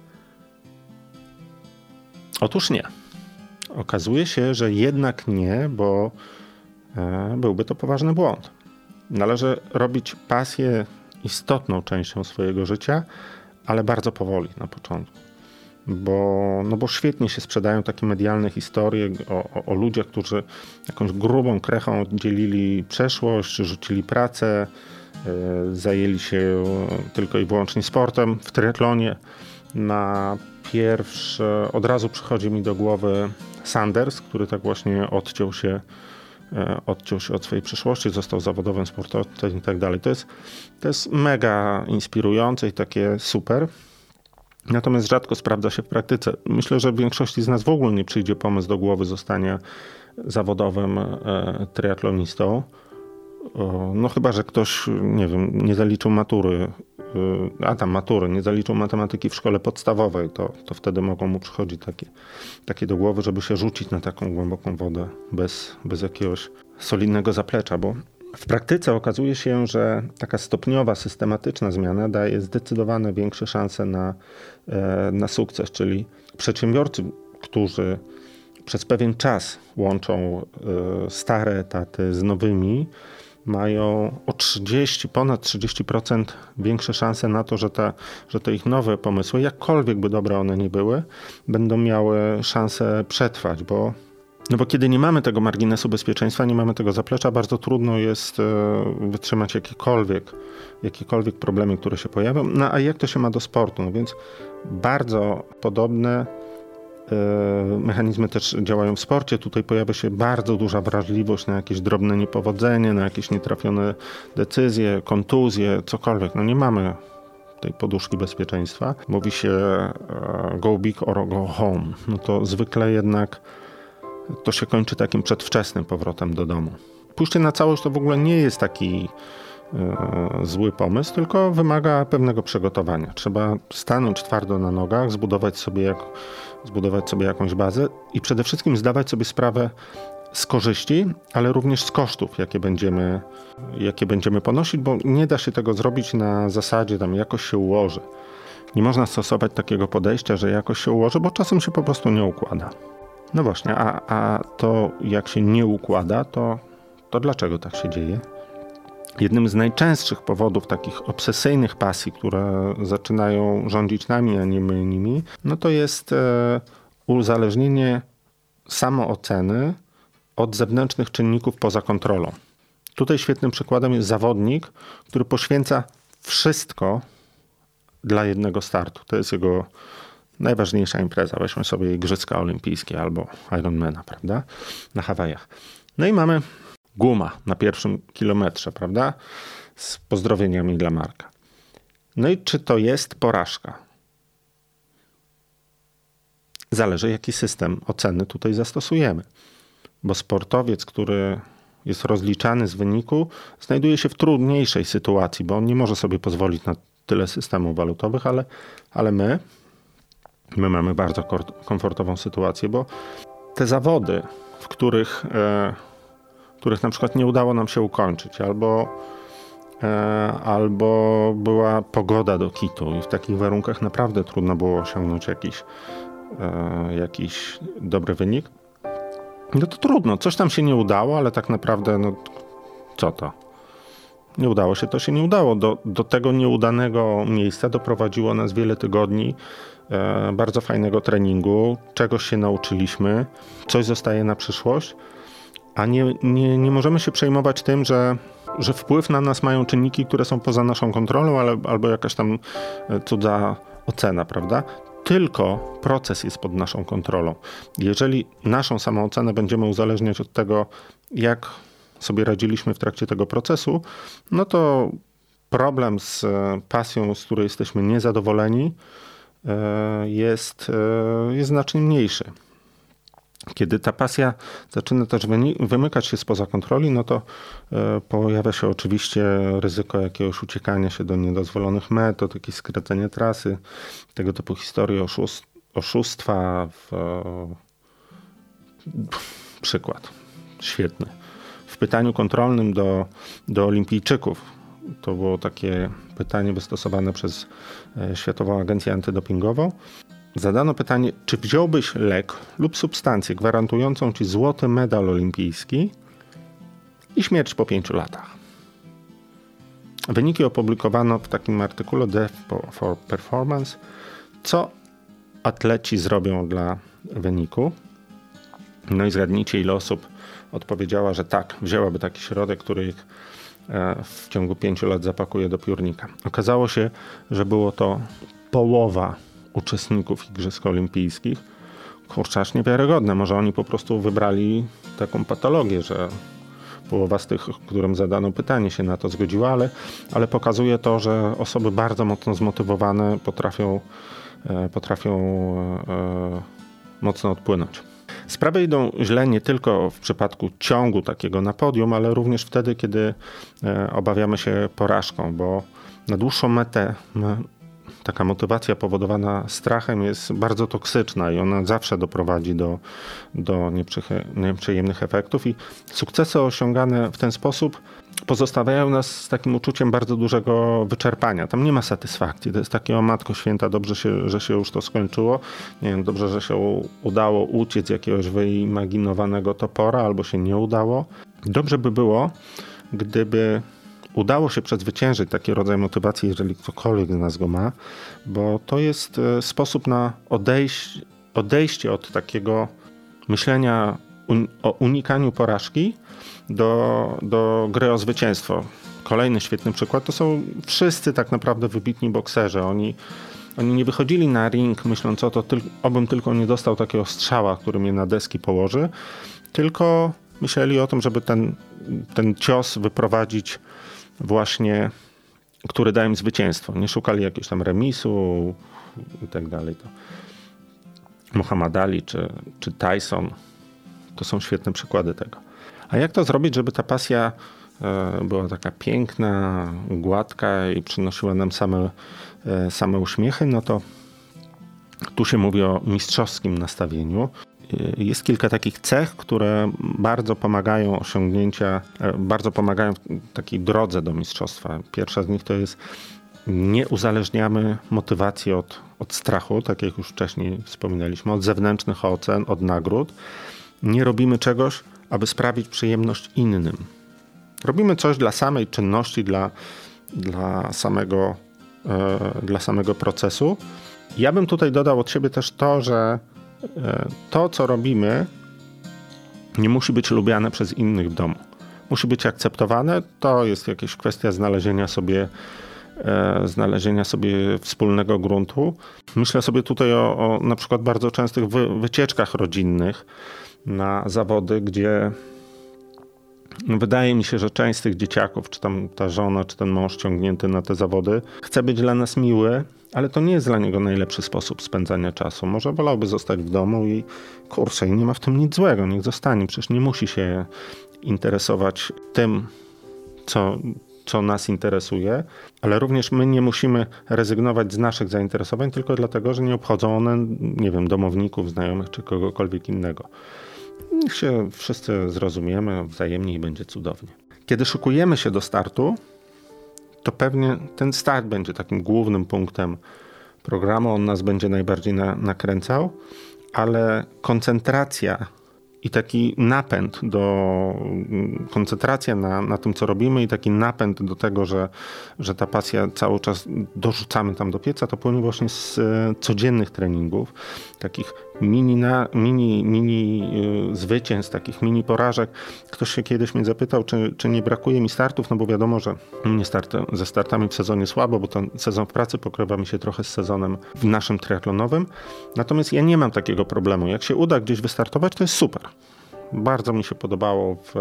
Otóż nie. Okazuje się, że jednak nie, bo byłby to poważny błąd. Należy robić pasję istotną częścią swojego życia, ale bardzo powoli na początku. Bo, no bo świetnie się sprzedają takie medialne historie o, o, o ludziach, którzy jakąś grubą krechą oddzielili przeszłość, rzucili pracę, yy, zajęli się tylko i wyłącznie sportem w triatlonie. Na pierwsze od razu przychodzi mi do głowy Sanders, który tak właśnie odciął się odciął się od swojej przyszłości, został zawodowym sportowcem i tak dalej. To jest, to jest mega inspirujące i takie super. Natomiast rzadko sprawdza się w praktyce. Myślę, że w większości z nas w ogóle nie przyjdzie pomysł do głowy zostania zawodowym e, triatlonistą. O, no chyba, że ktoś, nie wiem, nie zaliczył matury, e, a tam matury, nie zaliczył matematyki w szkole podstawowej, to, to wtedy mogą mu przychodzić takie, takie do głowy, żeby się rzucić na taką głęboką wodę bez, bez jakiegoś solidnego zaplecza, bo w praktyce okazuje się, że taka stopniowa, systematyczna zmiana daje zdecydowane większe szanse na, na sukces, czyli przedsiębiorcy, którzy przez pewien czas łączą stare etaty z nowymi, mają o trzydzieści, ponad trzydzieści procent większe szanse na to, że te, że te ich nowe pomysły, jakkolwiek by dobre one nie były, będą miały szansę przetrwać, bo No bo kiedy nie mamy tego marginesu bezpieczeństwa, nie mamy tego zaplecza, bardzo trudno jest wytrzymać jakiekolwiek, jakiekolwiek problemy, które się pojawią. No a jak to się ma do sportu? No więc bardzo podobne mechanizmy też działają w sporcie. Tutaj pojawia się bardzo duża wrażliwość na jakieś drobne niepowodzenie, na jakieś nietrafione decyzje, kontuzje, cokolwiek. No nie mamy tej poduszki bezpieczeństwa. Mówi się go big or go home. No to zwykle jednak to się kończy takim przedwczesnym powrotem do domu. Pójście na całość to w ogóle nie jest taki e, zły pomysł, tylko wymaga pewnego przygotowania. Trzeba stanąć twardo na nogach, zbudować sobie, jak, zbudować sobie jakąś bazę i przede wszystkim zdawać sobie sprawę z korzyści, ale również z kosztów, jakie będziemy, jakie będziemy ponosić, bo nie da się tego zrobić na zasadzie tam jakoś się ułoży. Nie można stosować takiego podejścia, że jakoś się ułoży, bo czasem się po prostu nie układa. No właśnie, a, a to jak się nie układa, to, to dlaczego tak się dzieje? Jednym z najczęstszych powodów takich obsesyjnych pasji, które zaczynają rządzić nami, a nie my nimi, no to jest e, uzależnienie samooceny od zewnętrznych czynników poza kontrolą. Tutaj świetnym przykładem jest zawodnik, który poświęca wszystko dla jednego startu. To jest jego najważniejsza impreza. Weźmy sobie Igrzyska Olimpijskie albo Ironmana, prawda? Na Hawajach. No i mamy guma na pierwszym kilometrze, prawda? Z pozdrowieniami dla Marka. No i czy to jest porażka? Zależy, jaki system oceny tutaj zastosujemy. Bo sportowiec, który jest rozliczany z wyniku, znajduje się w trudniejszej sytuacji, bo on nie może sobie pozwolić na tyle systemów walutowych, ale, ale my My mamy bardzo komfortową sytuację, bo te zawody, w których, e, których na przykład nie udało nam się ukończyć, albo, e, albo była pogoda do kitu i w takich warunkach naprawdę trudno było osiągnąć jakiś, e, jakiś dobry wynik, no to trudno. Coś tam się nie udało, ale tak naprawdę no co to? Nie udało się, to się nie udało. Do, do tego nieudanego miejsca doprowadziło nas wiele tygodni e, bardzo fajnego treningu, czegoś się nauczyliśmy, coś zostaje na przyszłość, a nie, nie, nie możemy się przejmować tym, że, że wpływ na nas mają czynniki, które są poza naszą kontrolą, ale, albo jakaś tam cudza ocena, prawda? Tylko proces jest pod naszą kontrolą. Jeżeli naszą samoocenę będziemy uzależniać od tego, jak sobie radziliśmy w trakcie tego procesu, no to problem z pasją, z której jesteśmy niezadowoleni, jest, jest znacznie mniejszy. Kiedy ta pasja zaczyna też wymykać się spoza kontroli, no to pojawia się oczywiście ryzyko jakiegoś uciekania się do niedozwolonych metod, jakieś skracenie trasy, tego typu historie, oszust, oszustwa. W... Przykład świetny. W pytaniu kontrolnym do, do olimpijczyków, to było takie pytanie wystosowane przez Światową Agencję Antydopingową, zadano pytanie, czy wziąłbyś lek lub substancję gwarantującą ci złoty medal olimpijski i śmierć po pięciu latach. Wyniki opublikowano w takim artykule Death for Performance, co atleci zrobią dla wyniku. No i zgadnijcie, ile osób odpowiedziała, że tak, wzięłaby taki środek, który ich w ciągu pięciu lat zapakuje do piórnika. Okazało się, że było to połowa uczestników Igrzysk Olimpijskich. Kurczę, aż niewiarygodne. Może oni po prostu wybrali taką patologię, że połowa z tych, którym zadano pytanie, się na to zgodziła, ale, ale pokazuje to, że osoby bardzo mocno zmotywowane potrafią, potrafią e, mocno odpłynąć. Sprawy idą źle nie tylko w przypadku ciągu takiego na podium, ale również wtedy, kiedy obawiamy się porażką, bo na dłuższą metę taka motywacja powodowana strachem jest bardzo toksyczna i ona zawsze doprowadzi do, do nieprzyjemnych efektów i sukcesy osiągane w ten sposób pozostawiają nas z takim uczuciem bardzo dużego wyczerpania. Tam nie ma satysfakcji. To jest takie, o matko święta, dobrze się, że się już to skończyło. Nie wiem, dobrze, że się udało uciec z jakiegoś wyimaginowanego topora, albo się nie udało. Dobrze by było, gdyby udało się przezwyciężyć taki rodzaj motywacji, jeżeli ktokolwiek z nas go ma, bo to jest sposób na odejście, odejście od takiego myślenia un, o unikaniu porażki do, do gry o zwycięstwo. Kolejny świetny przykład to są wszyscy tak naprawdę wybitni bokserzy. Oni, oni nie wychodzili na ring myśląc o to, tyl, obym tylko nie dostał takiego strzała, który mnie na deski położy, tylko myśleli o tym, żeby ten, ten cios wyprowadzić właśnie, który da im zwycięstwo. Nie szukali jakiegoś tam remisu i tak dalej. To Muhammad Ali czy, czy Tyson to są świetne przykłady tego. A jak to zrobić, żeby ta pasja była taka piękna, gładka i przynosiła nam same, same uśmiechy? No to tu się mówi o mistrzowskim nastawieniu. Jest kilka takich cech, które bardzo pomagają osiągnięcia, bardzo pomagają w takiej drodze do mistrzostwa. Pierwsza z nich to jest: nie uzależniamy motywacji od, od strachu, tak jak już wcześniej wspominaliśmy, od zewnętrznych ocen, od nagród. Nie robimy czegoś, aby sprawić przyjemność innym. Robimy coś dla samej czynności, dla, dla, samego, e, dla samego procesu. Ja bym tutaj dodał od siebie też to, że e, to, co robimy, nie musi być lubiane przez innych w domu. Musi być akceptowane. To jest jakaś kwestia znalezienia sobie, e, znalezienia sobie wspólnego gruntu. Myślę sobie tutaj o, o na przykład bardzo częstych wy, wycieczkach rodzinnych na zawody, gdzie wydaje mi się, że część z tych dzieciaków, czy tam ta żona, czy ten mąż ciągnięty na te zawody, chce być dla nas miły, ale to nie jest dla niego najlepszy sposób spędzania czasu. Może wolałby zostać w domu i kurczę, nie ma w tym nic złego, niech zostanie. Przecież nie musi się interesować tym, co, co nas interesuje, ale również my nie musimy rezygnować z naszych zainteresowań tylko dlatego, że nie obchodzą one, nie wiem, domowników, znajomych czy kogokolwiek innego. Niech się wszyscy zrozumiemy wzajemnie i będzie cudownie. Kiedy szykujemy się do startu, to pewnie ten start będzie takim głównym punktem programu. On nas będzie najbardziej na, nakręcał, ale koncentracja i taki napęd do koncentracja na, na tym, co robimy i taki napęd do tego, że, że ta pasja cały czas dorzucamy tam do pieca, to płynie właśnie z codziennych treningów, takich mini, na, mini, mini y, zwycięstw, takich mini porażek. Ktoś się kiedyś mnie zapytał, czy, czy nie brakuje mi startów, no bo wiadomo, że mnie start, ze startami w sezonie słabo, bo ten sezon w pracy pokrywa mi się trochę z sezonem w naszym triatlonowym. Natomiast ja nie mam takiego problemu. Jak się uda gdzieś wystartować, to jest super. Bardzo mi się podobało w,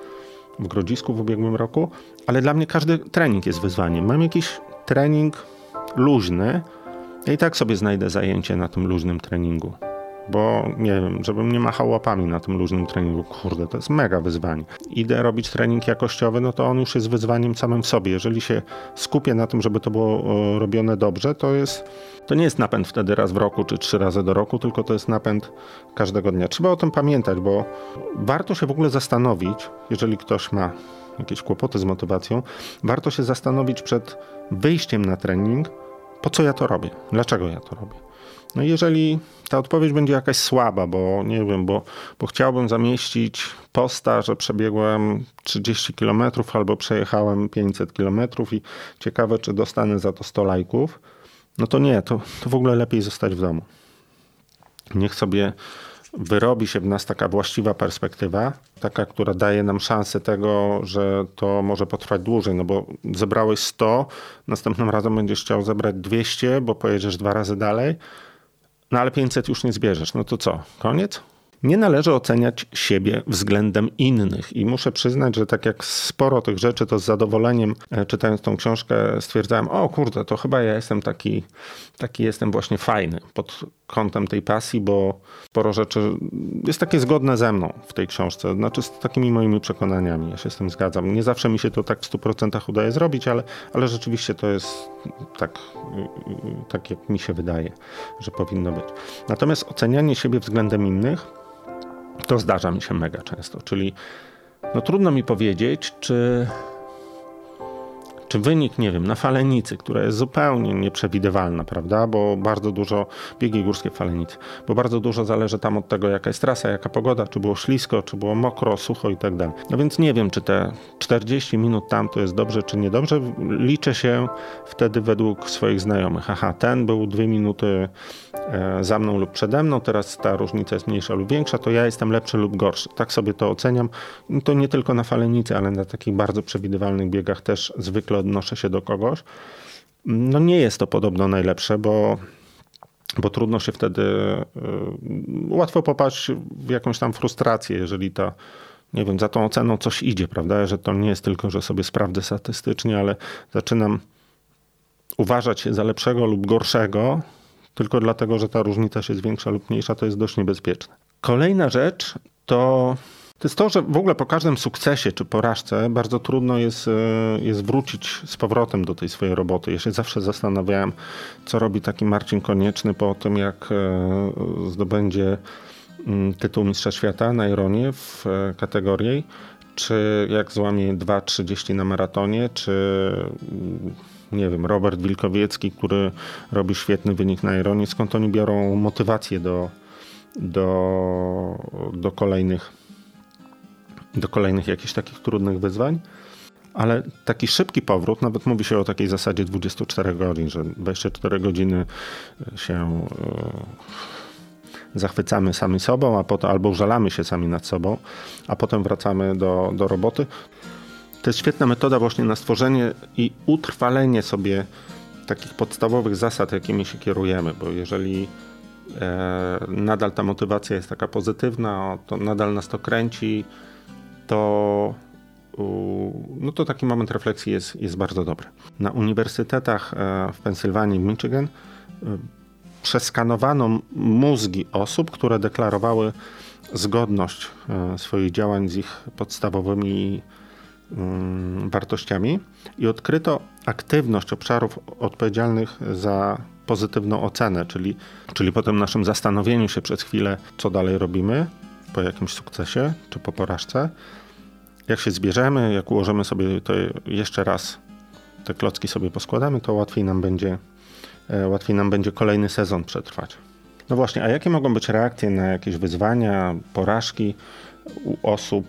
w Grodzisku w ubiegłym roku, ale dla mnie każdy trening jest wyzwaniem. Mam jakiś trening luźny, ja i tak sobie znajdę zajęcie na tym luźnym treningu. Bo nie wiem, żebym nie machał łapami na tym luźnym treningu. Kurde, to jest mega wyzwanie. Idę robić trening jakościowy, no to on już jest wyzwaniem samym w sobie. Jeżeli się skupię na tym, żeby to było robione dobrze, to jest, to nie jest napęd wtedy raz w roku czy trzy razy do roku, tylko to jest napęd każdego dnia. Trzeba o tym pamiętać, bo warto się w ogóle zastanowić, jeżeli ktoś ma jakieś kłopoty z motywacją, warto się zastanowić przed wyjściem na trening, po co ja to robię, dlaczego ja to robię. No i jeżeli ta odpowiedź będzie jakaś słaba, bo nie wiem, bo, bo chciałbym zamieścić posta, że przebiegłem trzydzieści kilometrów albo przejechałem pięćset kilometrów i ciekawe, czy dostanę za to sto lajków, no to nie, to, to w ogóle lepiej zostać w domu. Niech sobie wyrobi się w nas taka właściwa perspektywa, taka, która daje nam szansę tego, że to może potrwać dłużej, no bo zebrałeś sto, następnym razem będziesz chciał zebrać dwieście, bo pojedziesz dwa razy dalej, no ale pięćset już nie zbierzesz. No to co? Koniec? Nie należy oceniać siebie względem innych i muszę przyznać, że tak jak sporo tych rzeczy, to z zadowoleniem czytając tą książkę stwierdzałem, o kurde, to chyba ja jestem taki, taki jestem właśnie fajny pod kątem tej pasji, bo sporo rzeczy jest takie zgodne ze mną w tej książce, znaczy z takimi moimi przekonaniami, ja się z tym zgadzam. Nie zawsze mi się to tak w stu procentach udaje zrobić, ale, ale rzeczywiście to jest tak, tak, jak mi się wydaje, że powinno być. Natomiast ocenianie siebie względem innych to zdarza mi się mega często, czyli no trudno mi powiedzieć, czy, czy wynik, nie wiem, na Falenicy, która jest zupełnie nieprzewidywalna, prawda, bo bardzo dużo, biegi górskie w Falenicy, bo bardzo dużo zależy tam od tego, jaka jest trasa, jaka pogoda, czy było ślisko, czy było mokro, sucho i tak dalej. No więc nie wiem, czy te czterdzieści minut tam to jest dobrze, czy niedobrze. Liczę się wtedy według swoich znajomych. Aha, ten był dwie minuty e, za mną lub przede mną, teraz ta różnica jest mniejsza lub większa, to ja jestem lepszy lub gorszy. Tak sobie to oceniam. I to nie tylko na Falenicy, ale na takich bardzo przewidywalnych biegach też zwykle odnoszę się do kogoś. No nie jest to podobno najlepsze, bo, bo trudno się wtedy, y, łatwo popaść w jakąś tam frustrację, jeżeli ta, nie wiem, za tą oceną coś idzie, prawda, że to nie jest tylko, że sobie sprawdzę statystycznie, ale zaczynam uważać się za lepszego lub gorszego, tylko dlatego, że ta różnica się zwiększa lub mniejsza, to jest dość niebezpieczne. Kolejna rzecz to To jest to, że w ogóle po każdym sukcesie czy porażce bardzo trudno jest, jest wrócić z powrotem do tej swojej roboty. Ja się zawsze zastanawiałem, co robi taki Marcin Konieczny po tym, jak zdobędzie tytuł Mistrza Świata na Ironie w kategorii, czy jak złamie dwa trzydzieści na maratonie, czy nie wiem, Robert Wilkowiecki, który robi świetny wynik na Ironie. Skąd oni biorą motywację do, do, do kolejnych do kolejnych jakichś takich trudnych wyzwań, ale taki szybki powrót, nawet mówi się o takiej zasadzie dwudziestu czterech godzin, że dwadzieścia cztery godziny się zachwycamy sami sobą, a potem albo użalamy się sami nad sobą, a potem wracamy do, do roboty. To jest świetna metoda właśnie na stworzenie i utrwalenie sobie takich podstawowych zasad, jakimi się kierujemy, bo jeżeli e, nadal ta motywacja jest taka pozytywna, to nadal nas to kręci, to, no to taki moment refleksji jest, jest bardzo dobry. Na uniwersytetach w Pensylwanii i Michigan przeskanowano mózgi osób, które deklarowały zgodność swoich działań z ich podstawowymi wartościami i odkryto aktywność obszarów odpowiedzialnych za pozytywną ocenę, czyli, czyli po tym naszym zastanowieniu się przez chwilę, co dalej robimy, po jakimś sukcesie czy po porażce. Jak się zbierzemy, jak ułożymy sobie to jeszcze raz, te klocki sobie poskładamy, to łatwiej nam będzie, łatwiej nam będzie kolejny sezon przetrwać. No właśnie, a jakie mogą być reakcje na jakieś wyzwania, porażki u osób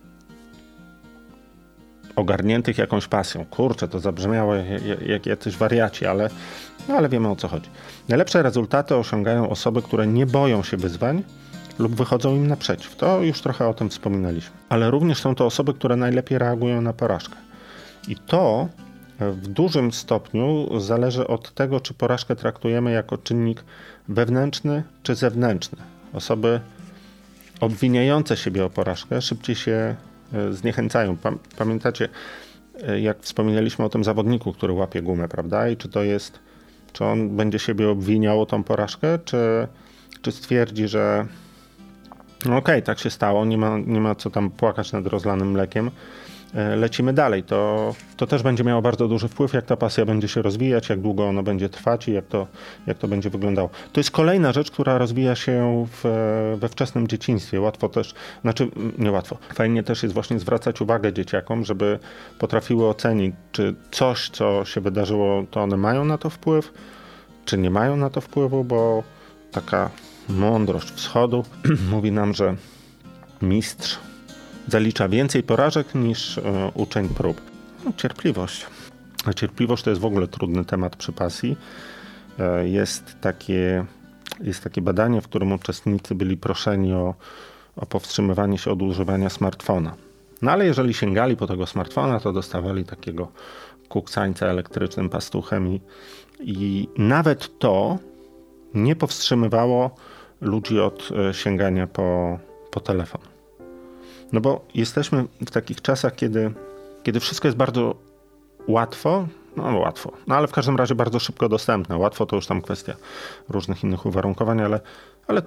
ogarniętych jakąś pasją? Kurczę, to zabrzmiało jak, jak jacyś wariaci, ale, no ale wiemy, o co chodzi. Najlepsze rezultaty osiągają osoby, które nie boją się wyzwań lub wychodzą im naprzeciw. To już trochę o tym wspominaliśmy. Ale również są to osoby, które najlepiej reagują na porażkę. I to w dużym stopniu zależy od tego, czy porażkę traktujemy jako czynnik wewnętrzny czy zewnętrzny. Osoby obwiniające siebie o porażkę szybciej się zniechęcają. Pamiętacie, jak wspominaliśmy o tym zawodniku, który łapie gumę, prawda? I czy to jest, czy on będzie siebie obwiniał o tą porażkę, czy, czy stwierdzi, że no okej, okay, tak się stało, nie ma, nie ma co tam płakać nad rozlanym mlekiem, lecimy dalej. To, to też będzie miało bardzo duży wpływ, jak ta pasja będzie się rozwijać, jak długo ona będzie trwać i jak to, jak to będzie wyglądało. To jest kolejna rzecz, która rozwija się w, we wczesnym dzieciństwie. Łatwo też, znaczy nie łatwo, fajnie też jest właśnie zwracać uwagę dzieciakom, żeby potrafiły ocenić, czy coś, co się wydarzyło, to one mają na to wpływ, czy nie mają na to wpływu, bo taka mądrość wschodu mówi nam, że mistrz zalicza więcej porażek niż e, uczeń prób. No, cierpliwość. A cierpliwość to jest w ogóle trudny temat przy pasji. E, jest, takie, jest takie badanie, w którym uczestnicy byli proszeni o, o powstrzymywanie się od używania smartfona. No ale jeżeli sięgali po tego smartfona, to dostawali takiego kuksańca elektrycznym pastuchem i, i nawet to nie powstrzymywało ludzi od e, sięgania po, po telefon. No bo jesteśmy w takich czasach, kiedy, kiedy wszystko jest bardzo łatwo, no łatwo, no ale w każdym razie bardzo szybko dostępne. Łatwo to już tam kwestia różnych innych uwarunkowań, ale, ale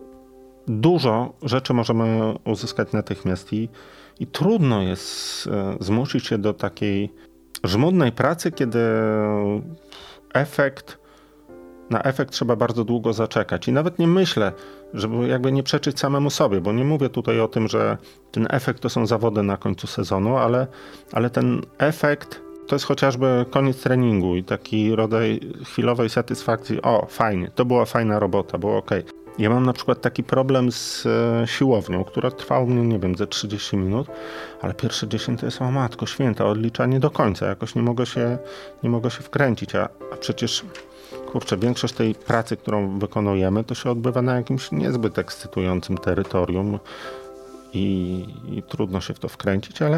dużo rzeczy możemy uzyskać natychmiast i, i trudno jest e, zmusić się do takiej żmudnej pracy, kiedy efekt Na efekt trzeba bardzo długo zaczekać i nawet nie myślę, żeby jakby nie przeczyć samemu sobie, bo nie mówię tutaj o tym, że ten efekt to są zawody na końcu sezonu, ale, ale ten efekt to jest chociażby koniec treningu i taki rodzaj chwilowej satysfakcji. O, fajnie, to była fajna robota, było okej. Ja mam na przykład taki problem z e, siłownią, która trwała u mnie, nie wiem, ze trzydzieści minut, ale pierwsze dziesięć to jest, o matko święta, odliczanie do końca. Jakoś nie mogę się, nie mogę się wkręcić, a, a przecież, kurczę, większość tej pracy, którą wykonujemy, to się odbywa na jakimś niezbyt ekscytującym terytorium i, i trudno się w to wkręcić, ale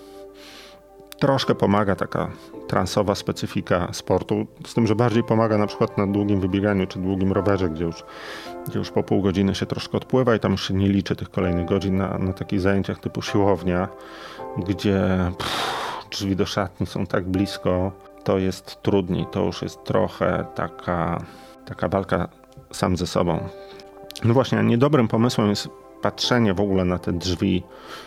troszkę pomaga taka transowa specyfika sportu, z tym, że bardziej pomaga na przykład na długim wybieganiu czy długim rowerze, gdzie już, gdzie już po pół godziny się troszkę odpływa i tam już się nie liczy tych kolejnych godzin na, na takich zajęciach typu siłownia, gdzie pff, drzwi do szatni są tak blisko, to jest trudniej, to już jest trochę taka, taka walka sam ze sobą. No właśnie, niedobrym pomysłem jest patrzenie w ogóle na te drzwi,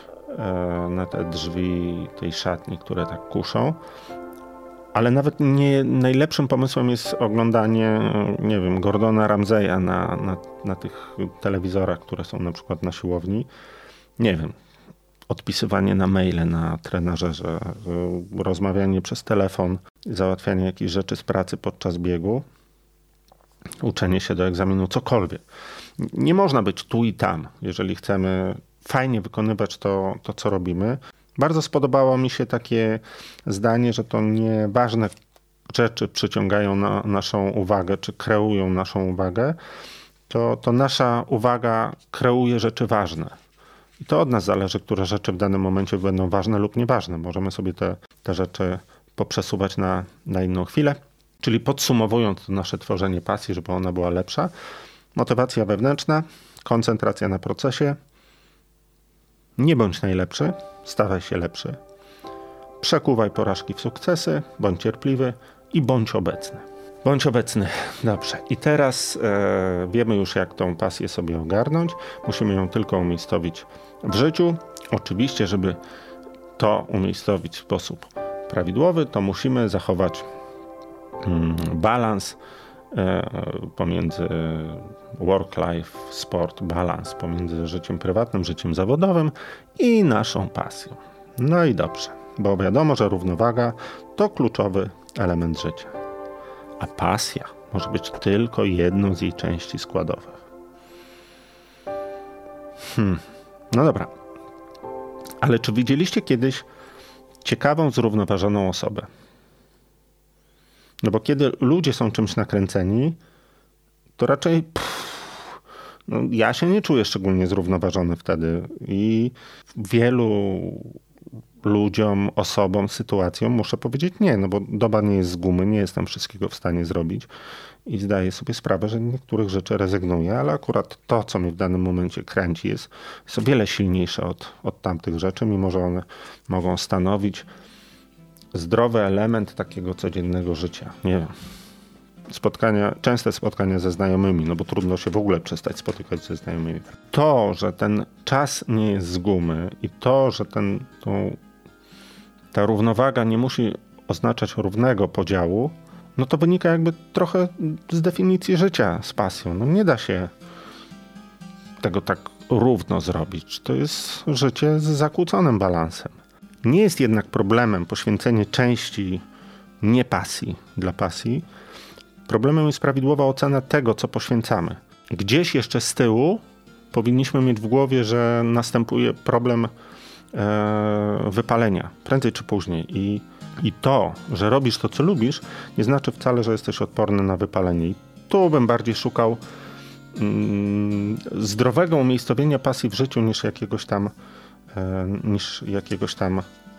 na te drzwi tej szatni, które tak kuszą. Ale nawet nie najlepszym pomysłem jest oglądanie, nie wiem, Gordona Ramsaya na, na, na tych telewizorach, które są na przykład na siłowni. Nie wiem, odpisywanie na maile na trenażerze, rozmawianie przez telefon, załatwianie jakichś rzeczy z pracy podczas biegu, uczenie się do egzaminu, cokolwiek. Nie można być tu i tam, jeżeli chcemy fajnie wykonywać to, to, co robimy. Bardzo spodobało mi się takie zdanie, że to nieważne rzeczy przyciągają na naszą uwagę, czy kreują naszą uwagę, to, to nasza uwaga kreuje rzeczy ważne. I to od nas zależy, które rzeczy w danym momencie będą ważne lub nieważne. Możemy sobie te, te rzeczy poprzesuwać na, na inną chwilę. Czyli podsumowując to nasze tworzenie pasji, żeby ona była lepsza, motywacja wewnętrzna, koncentracja na procesie, nie bądź najlepszy, stawaj się lepszy. Przekuwaj porażki w sukcesy, bądź cierpliwy i bądź obecny. Bądź obecny. Dobrze. I teraz e, wiemy już, jak tą pasję sobie ogarnąć. Musimy ją tylko umiejscowić w życiu. Oczywiście, żeby to umiejscowić w sposób prawidłowy, to musimy zachować mm, balans e, pomiędzy work-life, sport, balans pomiędzy życiem prywatnym, życiem zawodowym i naszą pasją. No i dobrze, bo wiadomo, że równowaga to kluczowy element życia. A pasja może być tylko jedną z jej części składowych. Hmm. No dobra. Ale czy widzieliście kiedyś ciekawą, zrównoważoną osobę? No bo kiedy ludzie są czymś nakręceni, to raczej pff, no ja się nie czuję szczególnie zrównoważony wtedy. I wielu ludziom, osobom, sytuacjom muszę powiedzieć nie, no bo doba nie jest z gumy, nie jestem wszystkiego w stanie zrobić i zdaję sobie sprawę, że niektórych rzeczy rezygnuję, ale akurat to, co mnie w danym momencie kręci, jest, jest o wiele silniejsze od, od tamtych rzeczy, mimo że one mogą stanowić zdrowy element takiego codziennego życia. Nie wiem. Spotkania, częste spotkania ze znajomymi, no bo trudno się w ogóle przestać spotykać ze znajomymi. To, że ten czas nie jest z gumy i to, że ten, tą, ta równowaga nie musi oznaczać równego podziału, no to wynika jakby trochę z definicji życia z pasją. No nie da się tego tak równo zrobić. To jest życie z zakłóconym balansem. Nie jest jednak problemem poświęcenie części nie pasji dla pasji. Problemem jest prawidłowa ocena tego, co poświęcamy. Gdzieś jeszcze z tyłu powinniśmy mieć w głowie, że następuje problem e, wypalenia, prędzej czy później. I, I to, że robisz to, co lubisz, nie znaczy wcale, że jesteś odporny na wypalenie. I tu bym bardziej szukał mm, zdrowego umiejscowienia pasji w życiu niż jakiegoś tam, e, niż jakiegoś tam e,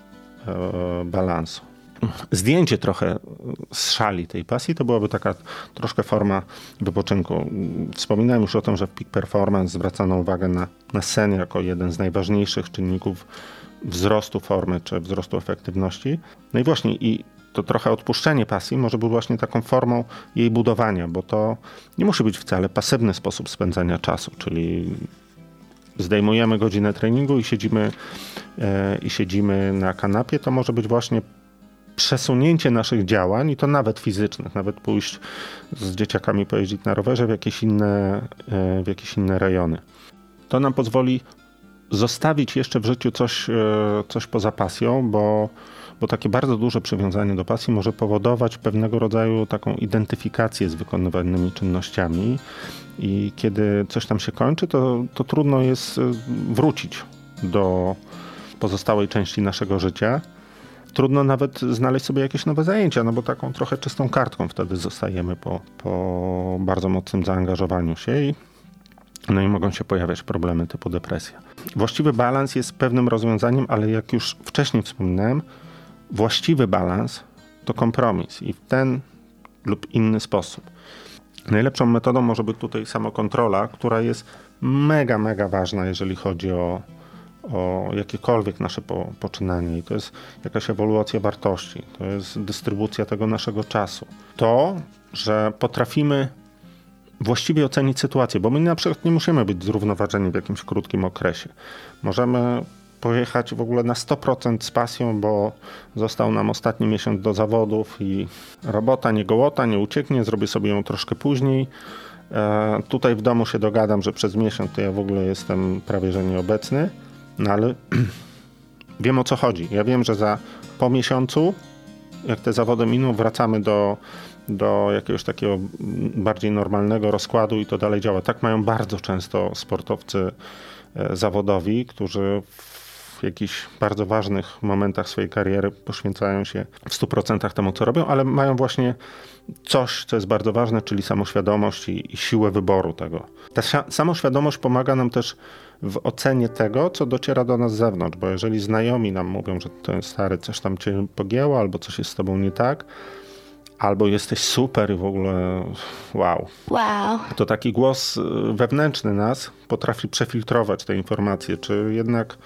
balansu. Zdjęcie trochę z szali tej pasji to byłaby taka troszkę forma wypoczynku. Wspominałem już o tym, że w Peak Performance zwracano uwagę na, na sen jako jeden z najważniejszych czynników wzrostu formy czy wzrostu efektywności. No i właśnie i to trochę odpuszczenie pasji może być właśnie taką formą jej budowania, bo to nie musi być wcale pasywny sposób spędzania czasu, czyli zdejmujemy godzinę treningu i siedzimy, e, i siedzimy na kanapie, to może być właśnie przesunięcie naszych działań i to nawet fizycznych, nawet pójść z dzieciakami pojeździć na rowerze w jakieś inne, w jakieś inne rejony. To nam pozwoli zostawić jeszcze w życiu coś, coś poza pasją, bo, bo takie bardzo duże przywiązanie do pasji może powodować pewnego rodzaju taką identyfikację z wykonywanymi czynnościami i kiedy coś tam się kończy, to, to trudno jest wrócić do pozostałej części naszego życia. Trudno nawet znaleźć sobie jakieś nowe zajęcia, no bo taką trochę czystą kartką wtedy zostajemy po, po bardzo mocnym zaangażowaniu się i no i mogą się pojawiać problemy typu depresja. Właściwy balans jest pewnym rozwiązaniem, ale jak już wcześniej wspominałem, właściwy balans to kompromis i w ten lub inny sposób. Najlepszą metodą może być tutaj samokontrola, która jest mega, mega ważna, jeżeli chodzi o, o jakiekolwiek nasze po, poczynanie. I to jest jakaś ewoluacja wartości, to jest dystrybucja tego naszego czasu. To, że potrafimy właściwie ocenić sytuację, bo my na przykład nie musimy być zrównoważeni w jakimś krótkim okresie. Możemy pojechać w ogóle na sto procent z pasją, bo został nam ostatni miesiąc do zawodów i robota nie gołota, nie ucieknie, zrobię sobie ją troszkę później. E, tutaj w domu się dogadam, że przez miesiąc to ja w ogóle jestem prawie że nieobecny, no ale wiem o co chodzi. Ja wiem, że za po miesiącu, jak te zawody miną, wracamy do do jakiegoś takiego bardziej normalnego rozkładu i to dalej działa. Tak mają bardzo często sportowcy zawodowi, którzy w jakichś bardzo ważnych momentach swojej kariery poświęcają się w stu procentach temu, co robią, ale mają właśnie coś, co jest bardzo ważne, czyli samoświadomość i, i siłę wyboru tego. Ta samoświadomość pomaga nam też w ocenie tego, co dociera do nas z zewnątrz, bo jeżeli znajomi nam mówią, że ten stary coś tam cię pogięło, albo coś jest z tobą nie tak, albo jesteś super i w ogóle wow. Wow. To taki głos wewnętrzny nas potrafi przefiltrować te informacje, czy jednak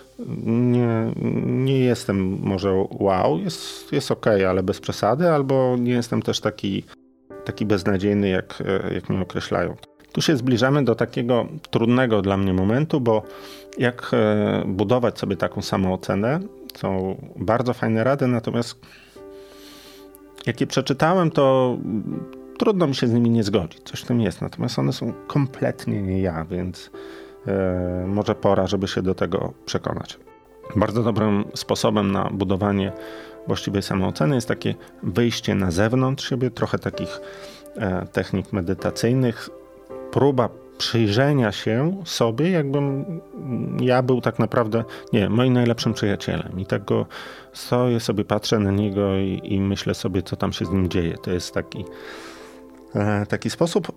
nie, nie jestem może wow, jest, jest okej, ale bez przesady, albo nie jestem też taki, taki beznadziejny, jak, jak mnie określają. Tu się zbliżamy do takiego trudnego dla mnie momentu, bo jak budować sobie taką samoocenę, są bardzo fajne rady, natomiast jak je przeczytałem, to trudno mi się z nimi nie zgodzić. Coś w tym jest. Natomiast one są kompletnie nie ja, więc e, może pora, żeby się do tego przekonać. Bardzo dobrym sposobem na budowanie właściwej samooceny jest takie wyjście na zewnątrz siebie, trochę takich e, technik medytacyjnych, próba przyjrzenia się sobie, jakbym ja był tak naprawdę, nie moim najlepszym przyjacielem. I tak go stoję sobie, patrzę na niego i, i myślę sobie, co tam się z nim dzieje. To jest taki, e, taki sposób,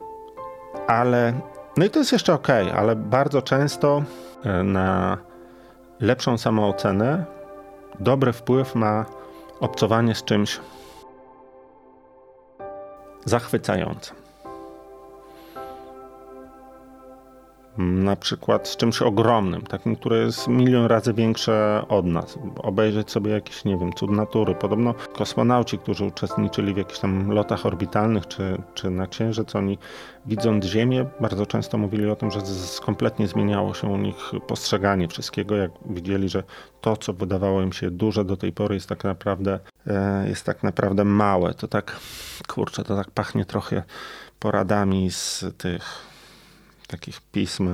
ale no i to jest jeszcze okej, okay, ale bardzo często e, na lepszą samoocenę dobry wpływ ma obcowanie z czymś zachwycającym. Na przykład z czymś ogromnym, takim, które jest milion razy większe od nas. Obejrzeć sobie jakiś, nie wiem, cud natury. Podobno kosmonauci, którzy uczestniczyli w jakichś tam lotach orbitalnych czy, czy na Księżyc, oni widząc Ziemię bardzo często mówili o tym, że z, kompletnie zmieniało się u nich postrzeganie wszystkiego, jak widzieli, że to, co wydawało im się duże do tej pory, jest tak naprawdę, e, jest tak naprawdę małe. To tak, kurczę, to tak pachnie trochę poradami z tych takich pism.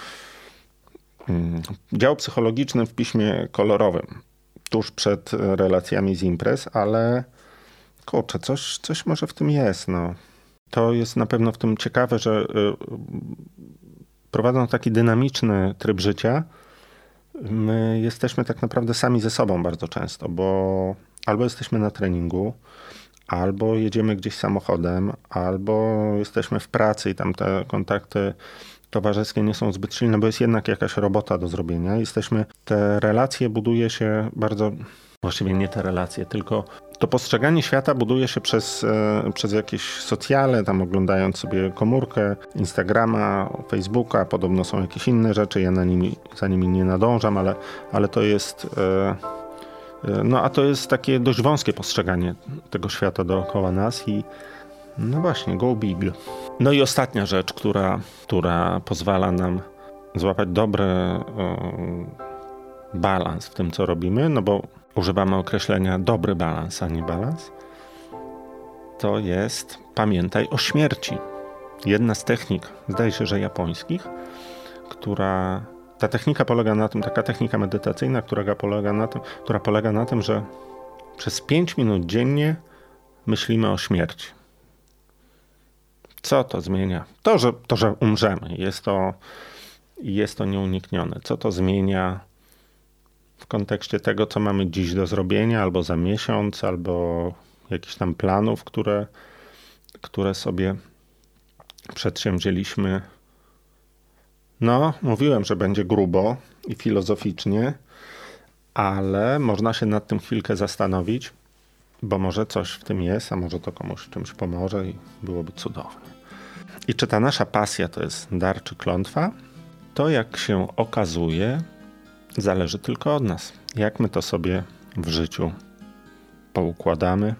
Dział psychologiczny w piśmie kolorowym, tuż przed relacjami z imprez, ale kurczę, coś, coś może w tym jest. No. To jest na pewno w tym ciekawe, że prowadząc taki dynamiczny tryb życia, my jesteśmy tak naprawdę sami ze sobą bardzo często, bo albo jesteśmy na treningu, albo jedziemy gdzieś samochodem, albo jesteśmy w pracy i tam te kontakty towarzyskie nie są zbyt silne, bo jest jednak jakaś robota do zrobienia. Jesteśmy, te relacje buduje się bardzo, właściwie nie te relacje, tylko to postrzeganie świata buduje się przez, e, przez jakieś socjale, tam oglądając sobie komórkę, Instagrama, Facebooka, podobno są jakieś inne rzeczy, ja na nimi, za nimi nie nadążam, ale, ale to jest... E, No a to jest takie dość wąskie postrzeganie tego świata dookoła nas i no właśnie, go big. No i ostatnia rzecz, która, która pozwala nam złapać dobry e, balans w tym, co robimy, no bo używamy określenia dobry balans, a nie balans, to jest pamiętaj o śmierci. Jedna z technik, zdaje się, że japońskich, która... Ta technika polega na tym, taka technika medytacyjna, która polega na tym, która polega na tym, że Przez pięć minut dziennie myślimy o śmierci. Co to zmienia? To, że, to, że umrzemy. Jest to, jest to nieuniknione. Co to zmienia w kontekście tego, co mamy dziś do zrobienia, albo za miesiąc, albo jakichś tam planów, które, które sobie przedsięwzięliśmy. No, mówiłem, że będzie grubo i filozoficznie, ale można się nad tym chwilkę zastanowić, bo może coś w tym jest, a może to komuś czymś pomoże i byłoby cudownie. I czy ta nasza pasja to jest dar czy klątwa? To, jak się okazuje, zależy tylko od nas. Jak my to sobie w życiu poukładamy.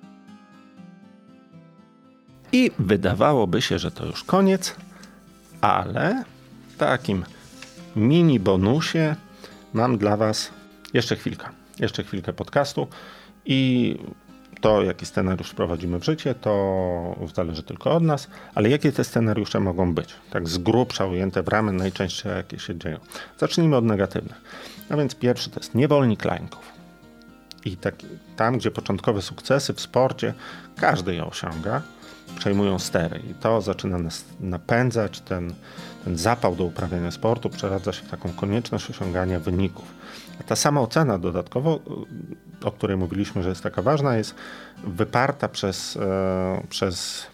I wydawałoby się, że to już koniec, ale w takim mini bonusie mam dla was jeszcze chwilkę, jeszcze chwilkę podcastu i to, jaki scenariusz wprowadzimy w życie, to zależy tylko od nas, ale jakie te scenariusze mogą być? Tak z grubsza ujęte w ramy, najczęściej jakie się dzieją. Zacznijmy od negatywnych. A więc pierwszy to jest niewolnik lajków. I taki, tam, gdzie początkowe sukcesy w sporcie, każdy je osiąga, przejmują stery i to zaczyna nas napędzać, ten, ten zapał do uprawiania sportu przeradza się w taką konieczność osiągania wyników. A ta sama ocena dodatkowo, o której mówiliśmy, że jest taka ważna, jest wyparta przez, e, przez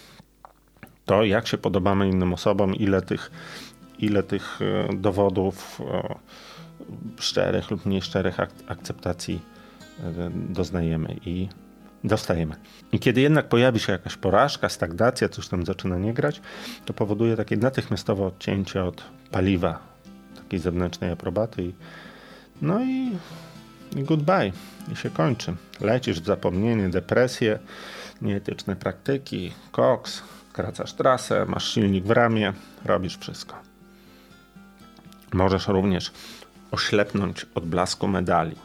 to, jak się podobamy innym osobom, ile tych, ile tych dowodów e, szczerych lub mniej szczerych ak- akceptacji e, doznajemy i dostajemy. I kiedy jednak pojawi się jakaś porażka, stagnacja, coś tam zaczyna nie grać, to powoduje takie natychmiastowe odcięcie od paliwa takiej zewnętrznej aprobaty i no i, i goodbye. I się kończy. Lecisz w zapomnienie, depresję, nieetyczne praktyki, koks, skracasz trasę, masz silnik w ramię, robisz wszystko. Możesz również oślepnąć od blasku medali,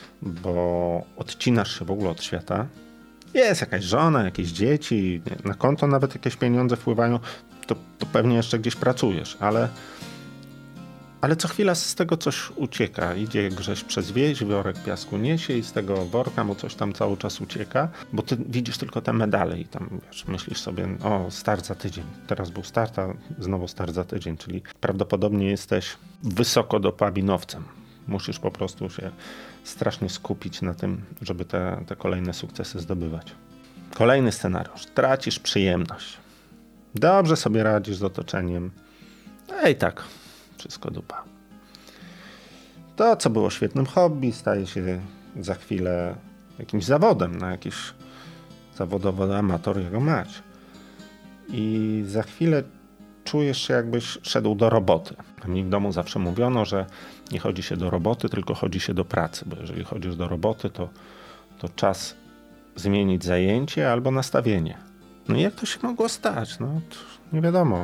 bo odcinasz się w ogóle od świata. Jest jakaś żona, jakieś dzieci, na konto nawet jakieś pieniądze wpływają, to, to pewnie jeszcze gdzieś pracujesz, ale, ale co chwila z tego coś ucieka. Idzie Grześ przez wieś, worek piasku niesie i z tego worka mu coś tam cały czas ucieka, bo ty widzisz tylko te medale i tam wiesz, myślisz sobie, o, start za tydzień. Teraz był start, a znowu start za tydzień, czyli prawdopodobnie jesteś wysokodopaminoowcem. Musisz po prostu się strasznie skupić na tym, żeby te, te kolejne sukcesy zdobywać. Kolejny scenariusz. Tracisz przyjemność. Dobrze sobie radzisz z otoczeniem. Ej, tak, wszystko dupa. To, co było świetnym hobby, staje się za chwilę jakimś zawodem, na jakiś zawodowy amator jego mać. I za chwilę czujesz się, jakbyś szedł do roboty. A mi w domu zawsze mówiono, że nie chodzi się do roboty, tylko chodzi się do pracy, bo jeżeli chodzisz do roboty, to, to czas zmienić zajęcie albo nastawienie. No i jak to się mogło stać? No, nie wiadomo.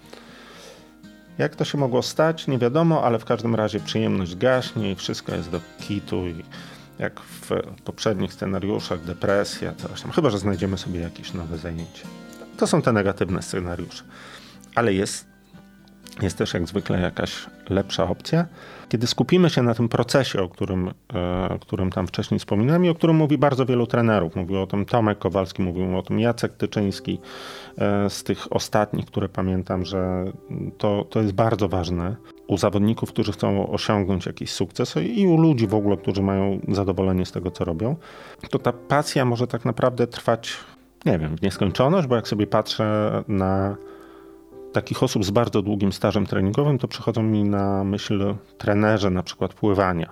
Jak to się mogło stać? Nie wiadomo, ale w każdym razie przyjemność gaśnie i wszystko jest do kitu i jak w poprzednich scenariuszach, depresja, coś tam. Chyba że znajdziemy sobie jakieś nowe zajęcie. To są te negatywne scenariusze. Ale jest, jest też jak zwykle jakaś lepsza opcja. Kiedy skupimy się na tym procesie, o którym, e, o którym tam wcześniej wspominałem i o którym mówi bardzo wielu trenerów. Mówił o tym Tomek Kowalski, mówił o tym Jacek Tyczyński. E, z tych ostatnich, które pamiętam, że to, to jest bardzo ważne u zawodników, którzy chcą osiągnąć jakiś sukces i u ludzi w ogóle, którzy mają zadowolenie z tego, co robią. To ta pasja może tak naprawdę trwać, nie wiem, w nieskończoność, bo jak sobie patrzę na takich osób z bardzo długim stażem treningowym, to przychodzą mi na myśl trenerzy na przykład pływania.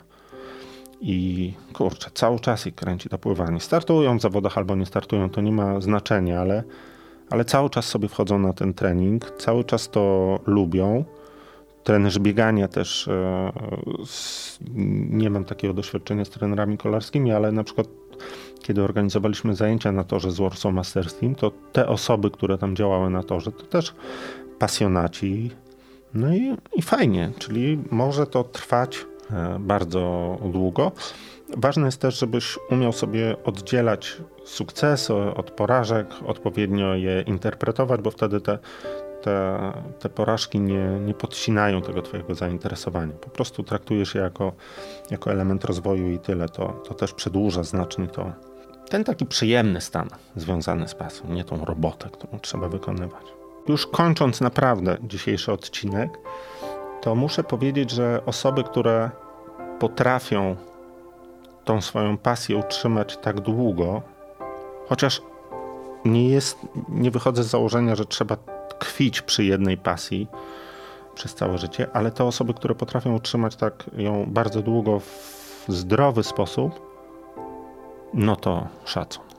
I kurczę, cały czas ich kręci to pływanie. Startują w zawodach albo nie startują, to nie ma znaczenia, ale, ale cały czas sobie wchodzą na ten trening, cały czas to lubią. Trenerzy biegania też, e, z, nie mam takiego doświadczenia z trenerami kolarskimi, ale na przykład kiedy organizowaliśmy zajęcia na torze z Warsaw Masters Team, to te osoby, które tam działały na torze, to też pasjonaci. No i, i fajnie, czyli może to trwać e, bardzo długo. Ważne jest też, żebyś umiał sobie oddzielać sukcesy od porażek, odpowiednio je interpretować, bo wtedy te, te, te porażki nie, nie podcinają tego twojego zainteresowania. Po prostu traktujesz je jako, jako element rozwoju i tyle. To, to też przedłuża znacznie to, ten taki przyjemny stan związany z pasją, nie tą robotę, którą trzeba wykonywać. Już kończąc naprawdę dzisiejszy odcinek, to muszę powiedzieć, że osoby, które potrafią tą swoją pasję utrzymać tak długo, chociaż nie jest, nie wychodzę z założenia, że trzeba tkwić przy jednej pasji przez całe życie, ale te osoby, które potrafią utrzymać tak ją bardzo długo w zdrowy sposób, no to szacun.